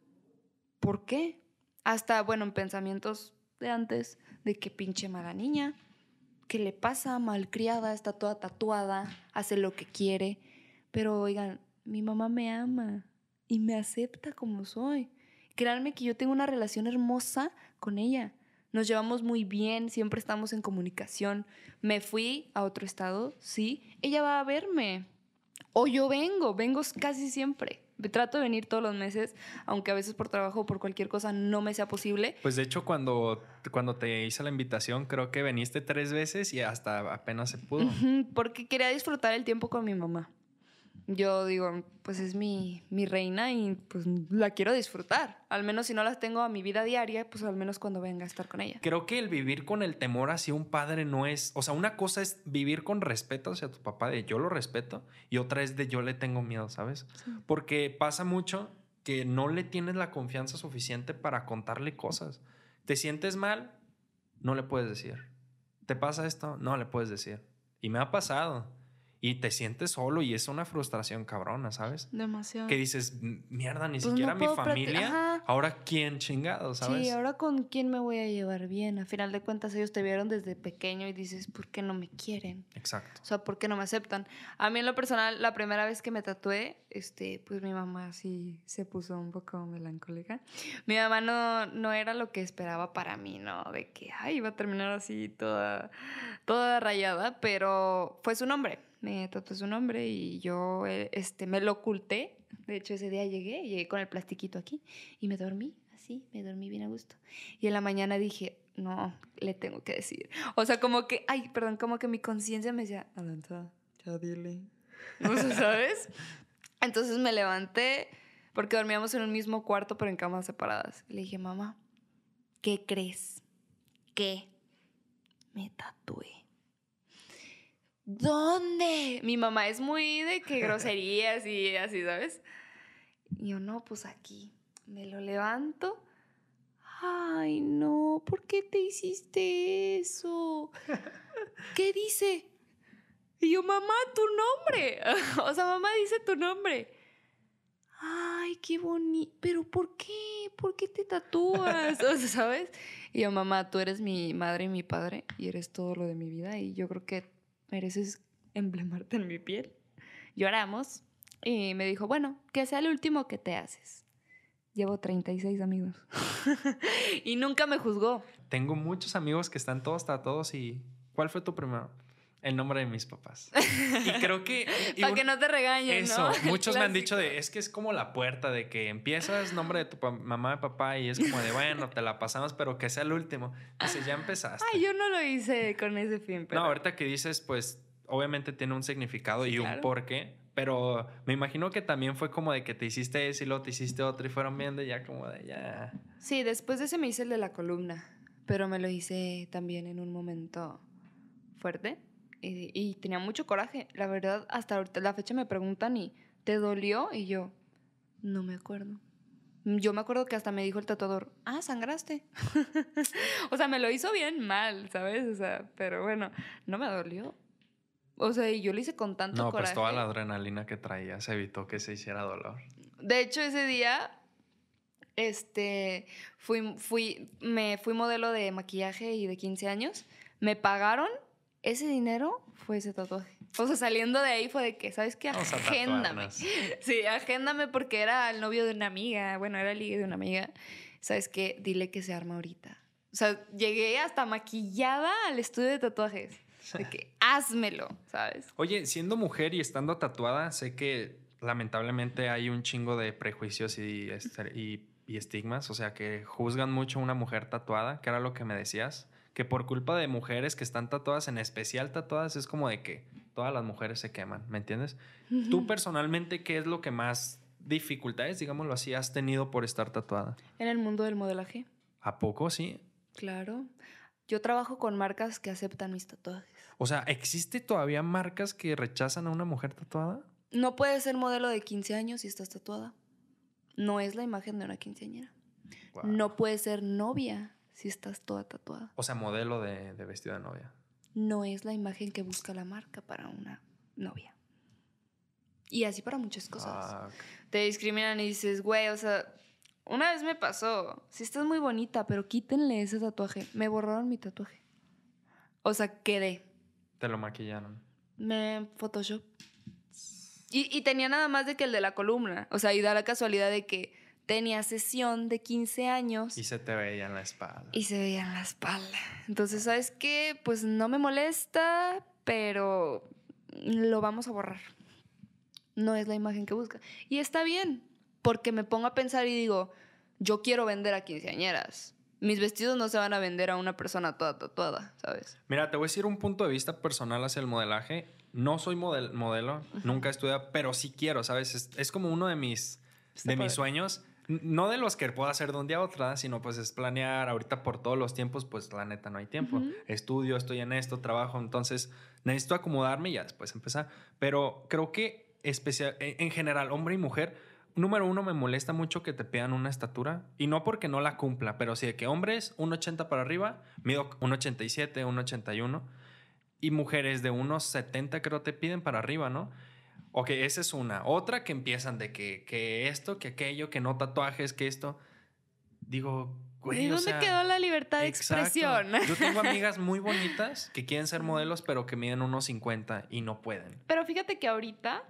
¿Por qué? Hasta, bueno, en pensamientos de antes, de que pinche mala niña, ¿qué le pasa? Malcriada, está toda tatuada, hace lo que quiere. Pero, oigan, mi mamá me ama y me acepta como soy. Créanme que yo tengo una relación hermosa con ella. Nos llevamos muy bien, siempre estamos en comunicación. Me fui a otro estado, sí, ella va a verme. O yo vengo, vengo casi siempre. Trato de venir todos los meses, aunque a veces por trabajo o por cualquier cosa no me sea posible. Pues de hecho, cuando, cuando te hice la invitación, creo que viniste tres veces y hasta apenas se pudo. Uh-huh, porque quería disfrutar el tiempo con mi mamá. Yo digo, pues es mi, mi reina y pues la quiero disfrutar. Al menos si no las tengo a mi vida diaria, pues al menos cuando venga a estar con ella. Creo que el vivir con el temor hacia un padre no es... O sea, una cosa es vivir con respeto hacia tu papá, de yo lo respeto, y otra es de yo le tengo miedo, ¿sabes? Sí. Porque pasa mucho que no le tienes la confianza suficiente para contarle cosas. ¿Te sientes mal? No le puedes decir. ¿Te pasa esto? No le puedes decir. Y me ha pasado. Y te sientes solo y es una frustración cabrona, ¿sabes? Demasiado. Que dices, mierda, ni pues siquiera no mi familia. Ahora, ¿quién chingado, sabes? Sí, ahora ¿con quién me voy a llevar bien? A final de cuentas, ellos te vieron desde pequeño y dices, ¿por qué no me quieren? Exacto. O sea, ¿por qué no me aceptan? A mí en lo personal, la primera vez que me tatué, este, pues mi mamá sí se puso un poco melancólica. Mi mamá no, no era lo que esperaba para mí, ¿no? De que, ay, iba a terminar así toda, toda rayada, pero fue su nombre. Me tatué su nombre y yo este, me lo oculté. De hecho, ese día llegué, llegué con el plastiquito aquí y me dormí, así, me dormí bien a gusto. Y en la mañana dije, no, le tengo que decir. O sea, como que, ay, perdón, como que mi conciencia me decía, Atlanta, ya dile. O sea, ¿sabes? Entonces me levanté porque dormíamos en un mismo cuarto, pero en camas separadas. Y le dije, mamá, ¿qué crees? ¿Qué? Me tatué. ¿Dónde? Mi mamá es muy de que groserías y así, ¿sabes? Y yo, no, pues aquí. Me lo levanto. Ay, no, ¿por qué te hiciste eso? ¿Qué dice? Y yo, mamá, tu nombre. O sea, mamá dice tu nombre. Ay, qué bonito. ¿Pero por qué? ¿Por qué te tatúas? O sea, ¿sabes? Y yo, mamá, tú eres mi madre y mi padre y eres todo lo de mi vida y yo creo que mereces emblemarte en mi piel. Lloramos y me dijo, bueno, que sea el último que te haces. Llevo treinta y seis amigos. Y nunca me juzgó. Tengo muchos amigos que están todos tatuados y... ¿Cuál fue tu primero? El nombre de mis papás. Y creo que... Para que no te regañen, eso, ¿no? Muchos me han dicho de... Es que es como la puerta de que empiezas nombre de tu pa- mamá y papá y es como de, bueno, te la pasamos, pero que sea el último. Dices, ya empezaste. Ay, yo no lo hice con ese fin, pero... No, ahorita que dices, pues, obviamente tiene un significado sí, y claro. un porqué, pero me imagino que también fue como de que te hiciste ese y luego te hiciste otro y fueron viendo ya como de, ya... Sí, después de ese me hice el de la columna, pero me lo hice también en un momento fuerte. Y, y tenía mucho coraje. La verdad, hasta ahorita, la fecha me preguntan y ¿te dolió? Y yo, no me acuerdo. Yo me acuerdo que hasta me dijo el tatuador, ah, sangraste. O sea, me lo hizo bien mal, ¿sabes? O sea, pero bueno, no me dolió. O sea, y yo lo hice con tanto no, coraje. No, pues toda la adrenalina que traías evitó que se hiciera dolor. De hecho, ese día, este, fui, fui, me fui modelo de maquillaje y de quince años. Me pagaron. Ese dinero fue ese tatuaje. O sea, saliendo de ahí fue de que, ¿sabes qué? Vamos Agéndame. Sí, agéndame porque era el novio de una amiga. Bueno, era el ligue de una amiga. ¿Sabes qué? Dile que se arma ahorita. O sea, llegué hasta maquillada al estudio de tatuajes. De que házmelo, ¿sabes? Oye, siendo mujer y estando tatuada, sé que lamentablemente hay un chingo de prejuicios y, y, y estigmas, o sea, que juzgan mucho a una mujer tatuada, que era lo que me decías, que por culpa de mujeres que están tatuadas, en especial tatuadas, es como de que todas las mujeres se queman, ¿me entiendes? Uh-huh. Tú personalmente, ¿qué es lo que más dificultades, digámoslo así, has tenido por estar tatuada? En el mundo del modelaje. ¿A poco sí? Claro. Yo trabajo con marcas que aceptan mis tatuajes. O sea, ¿existe todavía marcas que rechazan a una mujer tatuada? No puedes ser modelo de quince años si estás tatuada. No es la imagen de una quinceañera. Wow. No puedes ser novia si estás toda tatuada. O sea, modelo de, de vestido de novia. No es la imagen que busca la marca para una novia. Y así para muchas cosas. Ah, okay. Te discriminan y dices, güey, o sea, una vez me pasó. Si estás muy bonita, pero quítenle ese tatuaje. Me borraron mi tatuaje. O sea, quedé. Te lo maquillaron. Me Photoshop. Y, y tenía nada más de que el de la columna. O sea, y da la casualidad de que tenía sesión de quince años. Y se te veía en la espalda. Y se veía en la espalda. Entonces, ¿sabes qué? Pues no me molesta, pero lo vamos a borrar. No es la imagen que busca. Y está bien, porque me pongo a pensar y digo, yo quiero vender a quinceañeras. Mis vestidos no se van a vender a una persona toda tatuada, ¿sabes? Mira, te voy a decir un punto de vista personal hacia el modelaje. No soy model, modelo, uh-huh. Nunca he estudiado, pero sí quiero, ¿sabes? Es, es como uno de mis, de mis sueños. No de los que puedo hacer de un día a otro, sino pues es planear. Ahorita por todos los tiempos, pues la neta no hay tiempo. Uh-huh. Estudio, estoy en esto, trabajo. Entonces necesito acomodarme y ya después empezar. Pero creo que especial, en general, hombre y mujer, número uno, me molesta mucho que te pidan una estatura. Y no porque no la cumpla, pero sí de que hombres, uno ochenta para arriba, mido uno ochenta y siete, uno ochenta y uno. Y mujeres de uno setenta creo te piden para arriba, ¿no? Ok, esa es una. Otra que empiezan de que, que esto, que aquello, que no tatuajes, que esto. Digo, güey, ¿y dónde o sea, quedó la libertad de exacto. expresión? Yo tengo amigas muy bonitas que quieren ser modelos, pero que miden uno cincuenta y no pueden. Pero fíjate que ahorita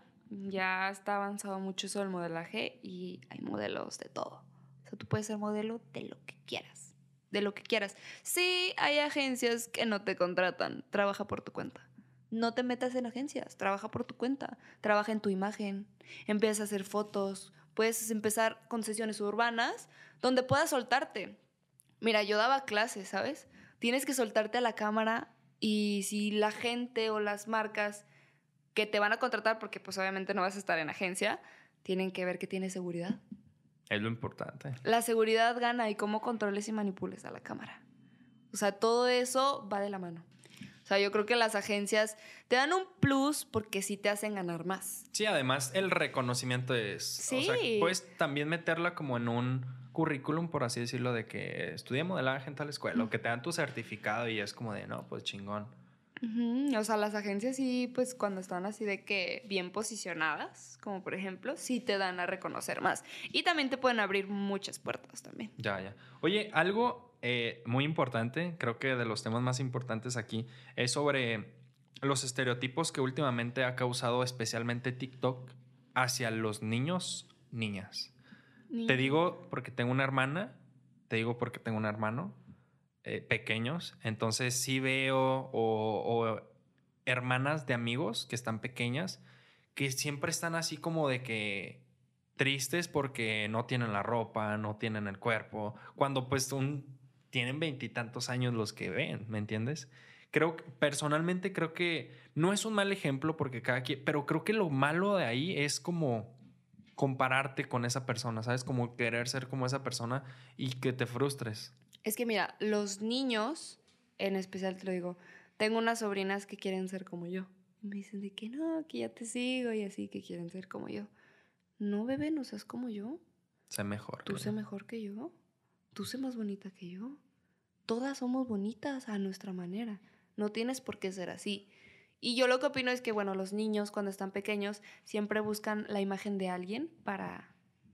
ya está avanzado mucho eso del modelaje y hay modelos de todo. O sea, tú puedes ser modelo de lo que quieras. De lo que quieras. Sí, hay agencias que no te contratan. Trabaja por tu cuenta. No te metas en agencias. Trabaja por tu cuenta. Trabaja en tu imagen. Empieza a hacer fotos. Puedes empezar con sesiones urbanas donde puedas soltarte. Mira, yo daba clases, ¿sabes? Tienes que soltarte a la cámara y si la gente o las marcas que te van a contratar, porque pues obviamente no vas a estar en agencia, tienen que ver que tienes seguridad. Es lo importante. La seguridad gana y cómo controles y manipules a la cámara. O sea, todo eso va de la mano. O sea, yo creo que las agencias te dan un plus porque sí te hacen ganar más. Sí, además el reconocimiento es... Sí. O sea, puedes también meterla como en un currículum, por así decirlo, de que estudié modelaje en tal escuela, o que te dan tu certificado y es como de, no, pues chingón. Uh-huh. O sea, las agencias sí, pues cuando están así de que bien posicionadas, como por ejemplo, sí te dan a reconocer más. Y también te pueden abrir muchas puertas también. Ya, ya. Oye, algo eh, muy importante, creo que de los temas más importantes aquí, es sobre los estereotipos que últimamente ha causado especialmente TikTok hacia los niños, niñas. Niña. Te digo porque tengo una hermana, te digo porque tengo un hermano. Eh, pequeños, entonces sí veo o, o hermanas de amigos que están pequeñas que siempre están así como de que tristes porque no tienen la ropa, no tienen el cuerpo, cuando pues un, tienen veintitantos años los que ven, ¿me entiendes? Creo que, personalmente creo que no es un mal ejemplo porque cada quien, pero creo que lo malo de ahí es como compararte con esa persona, ¿sabes? Como querer ser como esa persona y que te frustres. Es que mira, los niños, en especial te lo digo, tengo unas sobrinas que quieren ser como yo. Y me dicen de que no, que ya te sigo y así, que quieren ser como yo. No, bebé, no seas como yo. Sé mejor. Tú sé mejor que yo. Tú sé más bonita que yo. Todas somos bonitas a nuestra manera. No tienes por qué ser así. Y yo lo que opino es que, bueno, los niños cuando están pequeños siempre buscan la imagen de alguien para,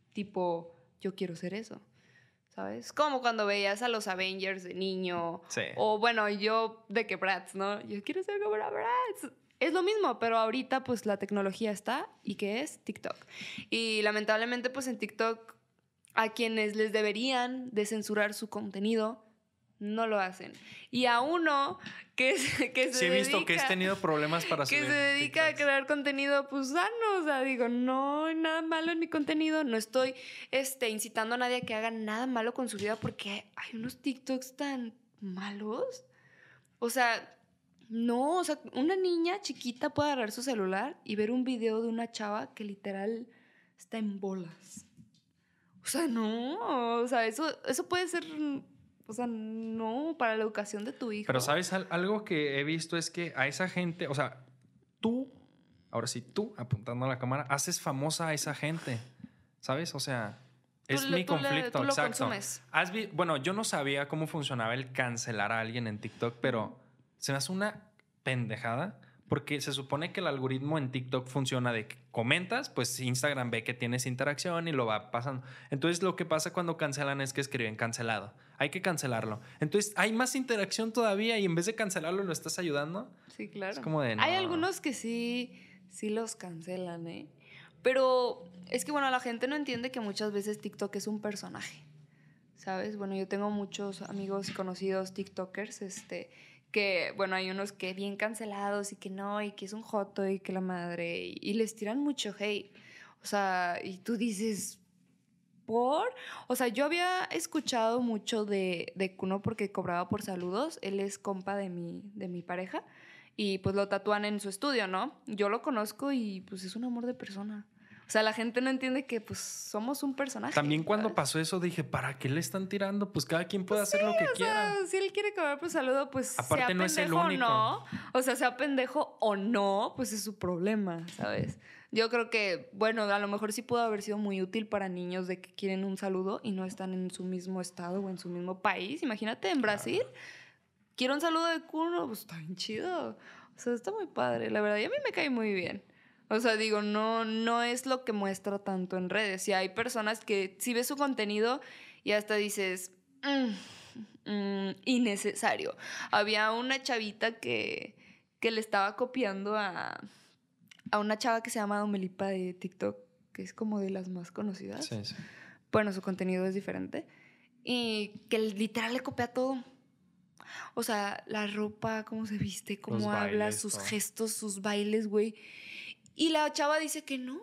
tipo, yo quiero ser eso. ¿Sabes? Como cuando veías a los Avengers de niño. Sí. O bueno, yo de que Bratz, ¿no? Yo quiero ser como la Bratz. Es lo mismo, pero ahorita pues la tecnología está y que es TikTok. Y lamentablemente pues en TikTok a quienes les deberían de censurar su contenido No lo hacen. Y a uno que, se- que se Sí he visto dedica, que has tenido problemas para que subir se dedica a TikToks. crear contenido, pues sano. O sea, digo, no hay nada malo en mi contenido. No estoy este, incitando a nadie a que haga nada malo con su vida porque hay unos TikToks tan malos. O sea, no, o sea, una niña chiquita puede agarrar su celular y ver un video de una chava que literal está en bolas. O sea, no, o sea, eso, eso puede ser, o sea, no, para la educación de tu hijo. Pero, ¿sabes? Al- Algo que he visto es que a esa gente, o sea, tú, ahora sí, tú, apuntando a la cámara, haces famosa a esa gente, ¿sabes? O sea, Tú es le- mi tú le- conflicto, tú lo exacto. consumes. Has vi- bueno, yo no sabía cómo funcionaba el cancelar a alguien en TikTok, pero se me hace una pendejada porque se supone que el algoritmo en TikTok funciona de que comentas, pues Instagram ve que tienes interacción y lo va pasando. Entonces lo que pasa cuando cancelan es que escriben cancelado. Hay que cancelarlo. Entonces hay más interacción todavía y en vez de cancelarlo lo estás ayudando. Sí, claro. Es como de, Hay no. algunos que sí, sí los cancelan, ¿eh? Pero es que, bueno, la gente no entiende que muchas veces TikTok es un personaje, ¿sabes? Bueno, yo tengo muchos amigos y conocidos TikTokers, este, que, bueno, hay unos que bien cancelados y que no, y que es un joto y que la madre, y, y les tiran mucho hate. O sea, y tú dices, ¿por? O sea, yo había escuchado mucho de, de Kuno porque cobraba por saludos. Él es compa de mi, de mi pareja y pues lo tatúan en su estudio, ¿no? Yo lo conozco y pues es un amor de persona. O sea, la gente no entiende que pues somos un personaje. También cuando ¿sabes? pasó eso dije, ¿para qué le están tirando? Pues cada quien puede hacer lo que O quiera. sea, si él quiere cobrar por saludo, pues Aparte, sea no es el pendejo o único. no. O sea, sea pendejo o no, pues es su problema, ¿sabes? Yo creo que, bueno, a lo mejor sí pudo haber sido muy útil para niños de que quieren un saludo y no están en su mismo estado o en su mismo país. Imagínate, en Brasil, quiero un saludo de Kuno, pues está bien chido. O sea, está muy padre, la verdad. Y a mí me cae muy bien. O sea, digo, no, no es lo que muestra tanto en redes. Y hay personas que si ves su contenido y hasta dices, "Mm, mm, innecesario". Había una chavita que, que le estaba copiando a, a una chava que se llama Domelipa de TikTok, que es como de las más conocidas. Sí, sí. Bueno, su contenido es diferente. Y que literal le copia todo. O sea, la ropa, cómo se viste, cómo Los habla, bailes, sus todo. gestos, sus bailes, güey. Y la chava dice que no.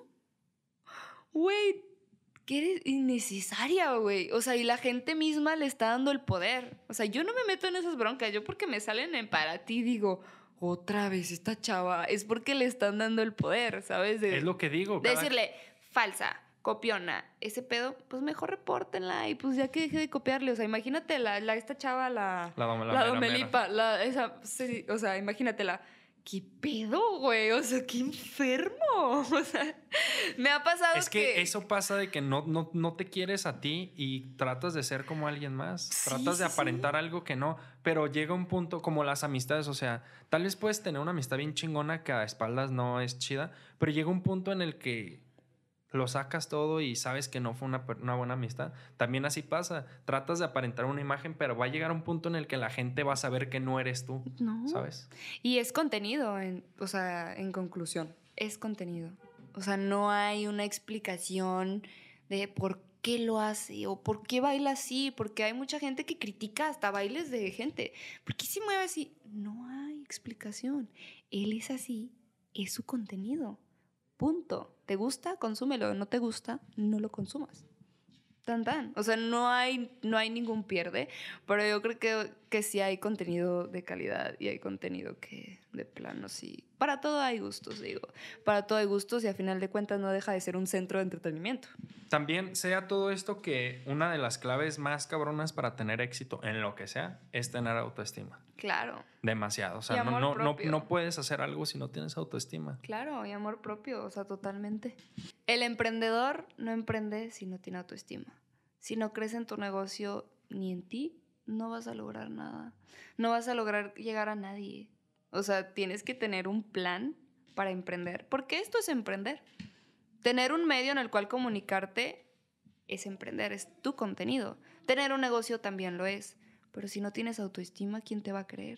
Güey, que eres innecesaria, güey. O sea, y la gente misma le está dando el poder. O sea, yo no me meto en esas broncas. Yo porque me salen en para ti digo, otra vez esta chava. Es porque le están dando el poder, ¿sabes? De, Es lo que digo. de cada- decirle, falsa, copiona, ese pedo, pues mejor repórtenla y pues ya que deje de copiarle. O sea, imagínate la, la- esta chava, la, La dom- la la mera Domelipa, la, esa, sí, o sea, imagínatela. ¿Qué pedo, güey? O sea, qué enfermo. O sea, me ha pasado Es que, eso pasa de que no, no, no te quieres a ti y tratas de ser como alguien más. Sí, tratas de sí, aparentar sí. algo que no. Pero llega un punto como las amistades. O sea, tal vez puedes tener una amistad bien chingona que a espaldas no es chida. Pero llega un punto en el que lo sacas todo y sabes que no fue una, per- una buena amistad. También así pasa. Tratas de aparentar una imagen, pero va a llegar un punto en el que la gente va a saber que no eres tú. No. ¿Sabes? Y es contenido, en, o sea, en conclusión, es contenido. O sea, no hay una explicación de por qué lo hace o por qué baila así, porque hay mucha gente que critica hasta bailes de gente. ¿Por qué se mueve así? No hay explicación. Él es así, es su contenido. Punto. ¿Te gusta? Consúmelo. ¿No te gusta? No lo consumas. Tan tan. O sea, no hay, no hay ningún pierde, pero yo creo que, que sí hay contenido de calidad y hay contenido que de plano sí. Para todo hay gustos, digo. Para todo hay gustos y a final de cuentas no deja de ser un centro de entretenimiento. También sea todo esto que una de las claves más cabronas para tener éxito en lo que sea es tener autoestima. Claro, Demasiado. O sea, Y no, amor no, no, propio. no puedes hacer algo si no tienes autoestima. claro, y amor propio, o sea, totalmente. El emprendedor no emprende si no tiene autoestima. Si no crees en tu negocio ni en ti, no vas a lograr nada. No vas a lograr llegar a nadie. O sea, tienes que tener un plan para emprender, porque esto es emprender. Tener un medio en el cual comunicarte es emprender, es tu contenido. Tener un negocio también lo es, pero si no tienes autoestima, ¿quién te va a creer?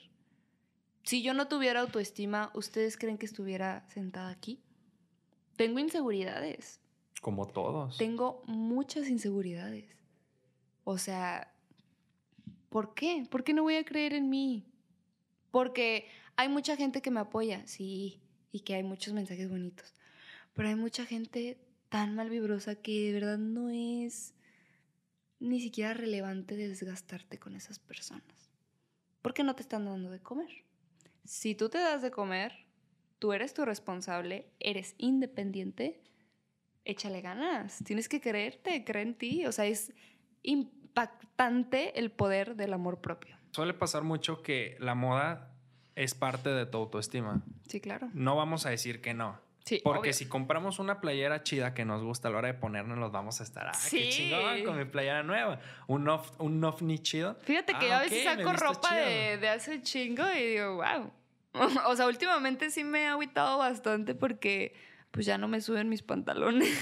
Si yo no tuviera autoestima, ¿ustedes creen que estuviera sentada aquí? Tengo inseguridades, Como todos. tengo muchas inseguridades. O sea, ¿Por qué? ¿Por qué no voy a creer en mí? Porque hay mucha gente que me apoya, sí, y que hay muchos mensajes bonitos. Pero hay mucha gente tan malvibrosa que de verdad no es ni siquiera relevante desgastarte con esas personas. Porque no te están dando de comer. Si tú te das de comer, tú eres tu responsable, eres independiente, échale ganas. Tienes que creerte, creer en ti. O sea, es impactante el poder del amor propio. Suele pasar mucho que la moda es parte de tu autoestima. Sí, claro. No vamos a decir que no. Sí, porque obvio. si compramos una playera chida que nos gusta, a la hora de ponernos nos vamos a estar, ah, Sí. qué chingón con mi playera nueva. Un, off, un ovni chido. Fíjate que ah, yo a ok, veces me saco visto ropa chido. de, de hace chingo y digo, wow. O sea, últimamente sí me he agüitado bastante porque pues ya no me suben mis pantalones.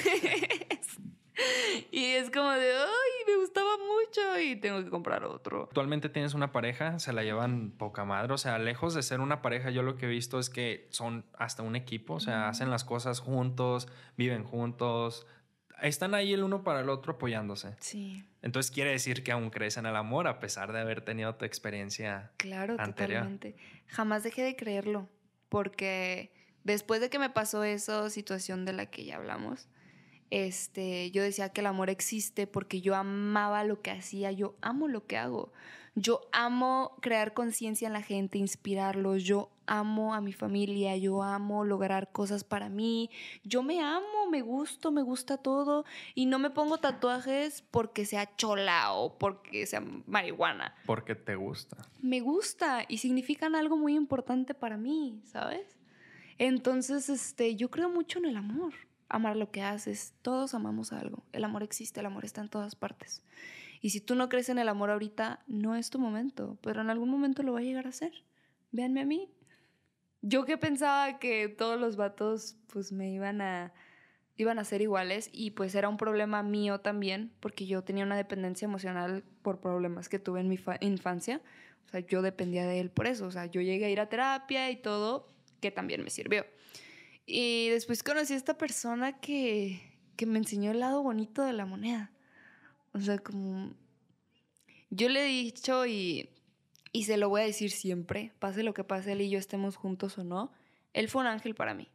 Y es como de, ay, me gustaba mucho y tengo que comprar otro. Actualmente tienes una pareja, se la llevan poca madre. O sea, lejos de ser una pareja, yo lo que he visto es que son hasta un equipo. O sea, Mm. hacen las cosas juntos, viven juntos. Están ahí el uno para el otro apoyándose. Sí. Entonces quiere decir que aún crees en el amor a pesar de haber tenido tu experiencia Claro, anterior. totalmente. Jamás dejé de creerlo porque después de que me pasó esa situación de la que ya hablamos, este, yo decía que el amor existe porque yo amaba lo que hacía, yo amo lo que hago. Yo amo crear conciencia en la gente, inspirarlos, yo amo a mi familia, yo amo lograr cosas para mí, yo me amo, me gusto, me gusta todo y no me pongo tatuajes porque sea chola o porque sea marihuana. Porque te gusta. Me gusta y significan algo muy importante para mí, ¿sabes? Entonces, este, yo creo mucho en el amor. Amar lo que haces. Todos amamos algo. El amor existe, el amor está en todas partes. Y si tú no crees en el amor ahorita, no es tu momento, pero en algún momento lo va a llegar a ser. Véanme a mí. Yo que pensaba que todos los vatos pues me iban a iban a ser iguales y pues era un problema mío también porque yo tenía una dependencia emocional por problemas que tuve en mi infancia. O sea, yo dependía de él por eso. O sea, yo llegué a ir a terapia y todo, que también me sirvió. Y después conocí a esta persona que, que me enseñó el lado bonito de la moneda. O sea, como yo le he dicho y, y se lo voy a decir siempre, pase lo que pase, él y yo estemos juntos o no, él fue un ángel para mí.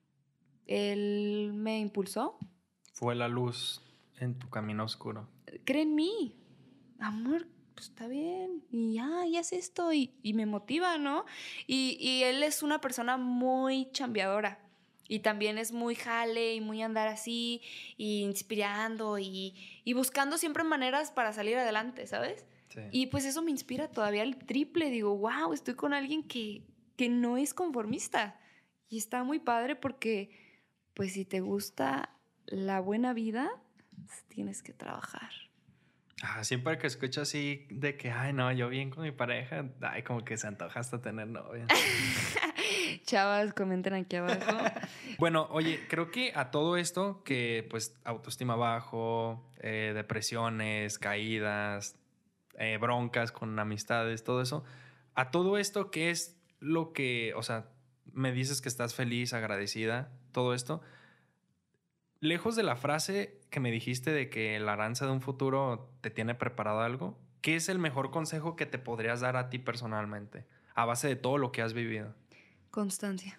Él me impulsó. Fue la luz en tu camino oscuro. Cree en mí. Amor, pues está bien. Y ya, y haz esto. Y, y me motiva, ¿no? Y, y él es una persona muy chambeadora. Y también es muy jale y muy andar así, y inspirando y, y buscando siempre maneras para salir adelante, ¿sabes? Sí. Y pues eso me inspira todavía el triple. Digo, wow, estoy con alguien que, que no es conformista. Y está muy padre porque, pues si te gusta la buena vida, tienes que trabajar. Ah, siempre que escucho así de que, ay, no, yo bien con mi pareja, ay, como que se antoja hasta tener novia. Chavas, comenten aquí abajo. Bueno, oye, creo que a todo esto que, pues, autoestima bajo, eh, depresiones, caídas, eh, broncas con amistades, todo eso, a todo esto, ¿qué es lo que, o sea, me dices que estás feliz, agradecida, todo esto? Lejos de la frase que me dijiste de que la Aranza de un futuro te tiene preparado algo, ¿qué es el mejor consejo que te podrías dar a ti personalmente, a base de todo lo que has vivido? Constancia.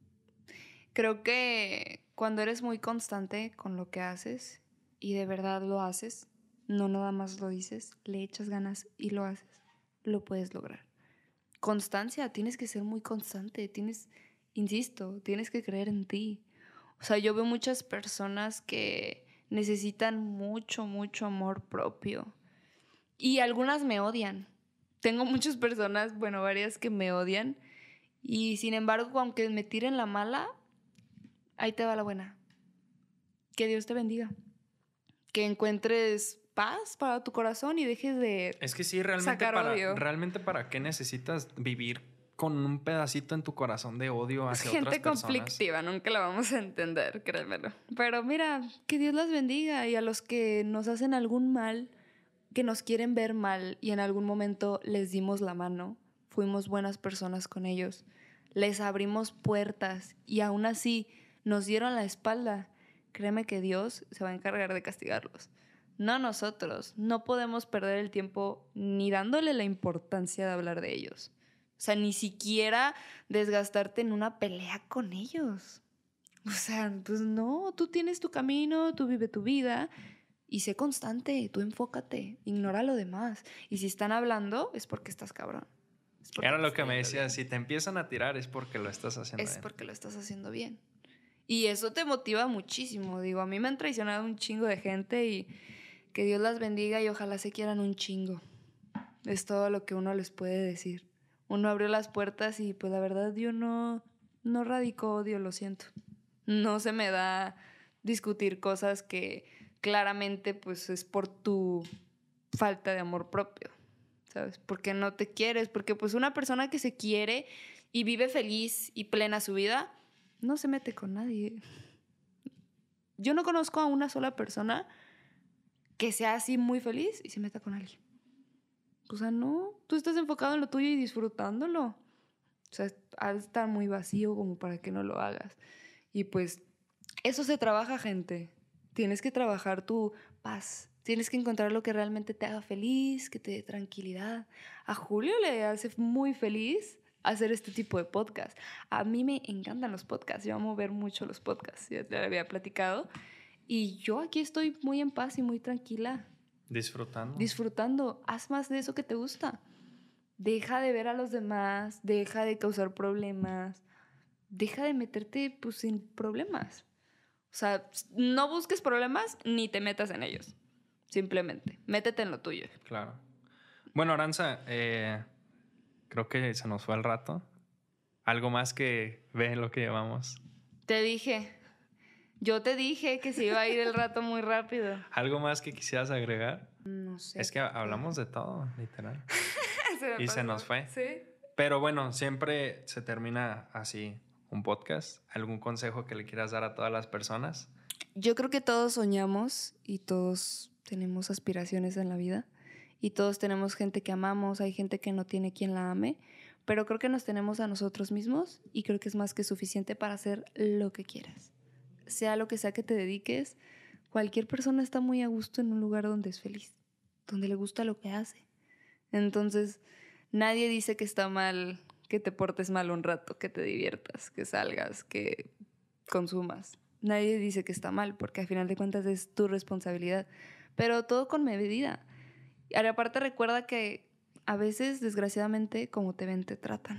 Creo que cuando eres muy constante con lo que haces y de verdad lo haces, no nada más lo dices, le echas ganas y lo haces, lo puedes lograr. Constancia, tienes que ser muy constante, tienes, insisto, tienes que creer en ti. O sea, yo veo muchas personas que necesitan mucho, mucho amor propio. Y algunas me odian. Tengo muchas personas, bueno, varias que me odian. Y sin embargo, aunque me tiren la mala, ahí te va la buena. Que Dios te bendiga. Que encuentres paz para tu corazón y dejes de Es que sí, realmente sacar para, odio. realmente para qué necesitas vivir con un pedacito en tu corazón de odio hacia Es gente otras personas. conflictiva, nunca la vamos a entender, créemelo. Pero mira, que Dios las bendiga y a los que nos hacen algún mal, que nos quieren ver mal y en algún momento les dimos la mano, fuimos buenas personas con ellos, les abrimos puertas y aún así nos dieron la espalda, créeme que Dios se va a encargar de castigarlos. no nosotros. No podemos perder el tiempo ni dándole la importancia de hablar de ellos. O sea, ni siquiera desgastarte en una pelea con ellos. O sea, pues no, tú tienes tu camino, tú vive tu vida y sé constante, tú enfócate, ignora lo demás. Y si están hablando es porque estás cabrón. Es porque Era te lo está que me yendo decía, bien. si te empiezan a tirar es porque lo estás haciendo Es bien. porque lo estás haciendo bien. Y eso te motiva muchísimo. Digo, a mí me han traicionado un chingo de gente y que Dios las bendiga y ojalá se quieran un chingo. Es todo lo que uno les puede decir. Uno abrió las puertas y pues la verdad yo no, no radico odio, lo siento. No se me da discutir cosas que claramente pues es por tu falta de amor propio, ¿sabes? Porque no te quieres, porque pues una persona que se quiere y vive feliz y plena su vida, no se mete con nadie. Yo no conozco a una sola persona que sea así muy feliz y se meta con alguien. O sea, no, tú estás enfocado en lo tuyo y disfrutándolo. O sea, ha de estar muy vacío como para que no lo hagas. Y pues eso se trabaja, gente. Tienes que trabajar tu paz. Tienes que encontrar lo que realmente te haga feliz, que te dé tranquilidad. A Julio le hace muy feliz hacer este tipo de podcast. A mí me encantan los podcasts. Yo amo ver mucho los podcasts. Ya te lo había platicado. Y yo aquí estoy muy en paz y muy tranquila. Disfrutando. Disfrutando. Haz más de eso que te gusta. Deja de ver a los demás. Deja de causar problemas. Deja de meterte pues en problemas. O sea, no busques problemas ni te metas en ellos. Simplemente, métete en lo tuyo. Claro. Bueno, Aranza, eh, creo que se nos fue el rato. Algo más que ve lo que llevamos. Te dije, yo te dije que se iba a ir el rato muy rápido. ¿Algo más que quisieras agregar? No sé. Es que hablamos de todo, literal. se Y pasó. se nos fue. Sí. Pero bueno, siempre se termina así un podcast. ¿Algún consejo que le quieras dar a todas las personas? Yo creo que todos soñamos y todos tenemos aspiraciones en la vida. Y todos tenemos gente que amamos, hay gente que no tiene quien la ame. Pero creo que nos tenemos a nosotros mismos y creo que es más que suficiente para hacer lo que quieras. Sea lo que sea que te dediques, cualquier persona está muy a gusto en un lugar donde es feliz, donde le gusta lo que hace. Entonces, nadie dice que está mal que te portes mal un rato, que te diviertas, que salgas, que consumas. Nadie dice que está mal, porque al final de cuentas es tu responsabilidad. Pero todo con medida. Y aparte recuerda que a veces, desgraciadamente, como te ven, te tratan.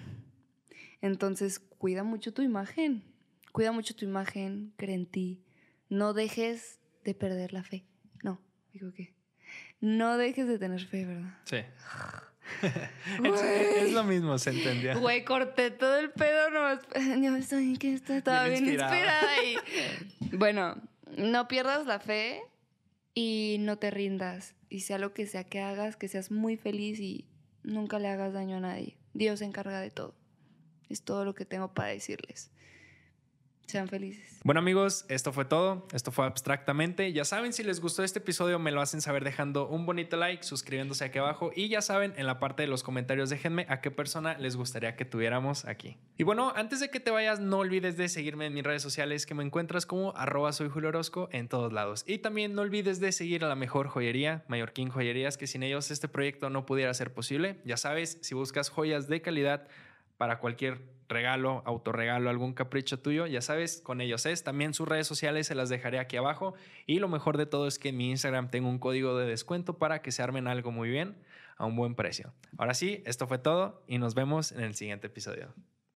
Entonces, cuida mucho tu imagen. Cuida mucho tu imagen, cree en ti. No dejes de perder la fe. No, digo que no dejes de tener fe, ¿verdad? Sí. es, es lo mismo, se entendió. Güey, corté todo el pedo nomás. Yo estoy que estaba bien, bien inspirada. Y... Bueno, no pierdas la fe y no te rindas. Y sea lo que sea que hagas, que seas muy feliz y nunca le hagas daño a nadie. Dios se encarga de todo. Es todo lo que tengo para decirles. Sean felices. Bueno, amigos, esto fue todo. Esto fue Abstractamente. Ya saben, si les gustó este episodio, me lo hacen saber dejando un bonito like, suscribiéndose aquí abajo. Y ya saben, en la parte de los comentarios, déjenme a qué persona les gustaría que tuviéramos aquí. Y bueno, antes de que te vayas, no olvides de seguirme en mis redes sociales, que me encuentras como arroba soy Julio Orozco en todos lados. Y también no olvides de seguir a la mejor joyería, Mallorquín Joyerías, que sin ellos este proyecto no pudiera ser posible. Ya sabes, si buscas joyas de calidad para cualquier regalo, autorregalo, algún capricho tuyo, ya sabes, con ellos es. También sus redes sociales se las dejaré aquí abajo. Y lo mejor de todo es que en mi Instagram tengo un código de descuento para que se armen algo muy bien a un buen precio. Ahora sí, esto fue todo y nos vemos en el siguiente episodio.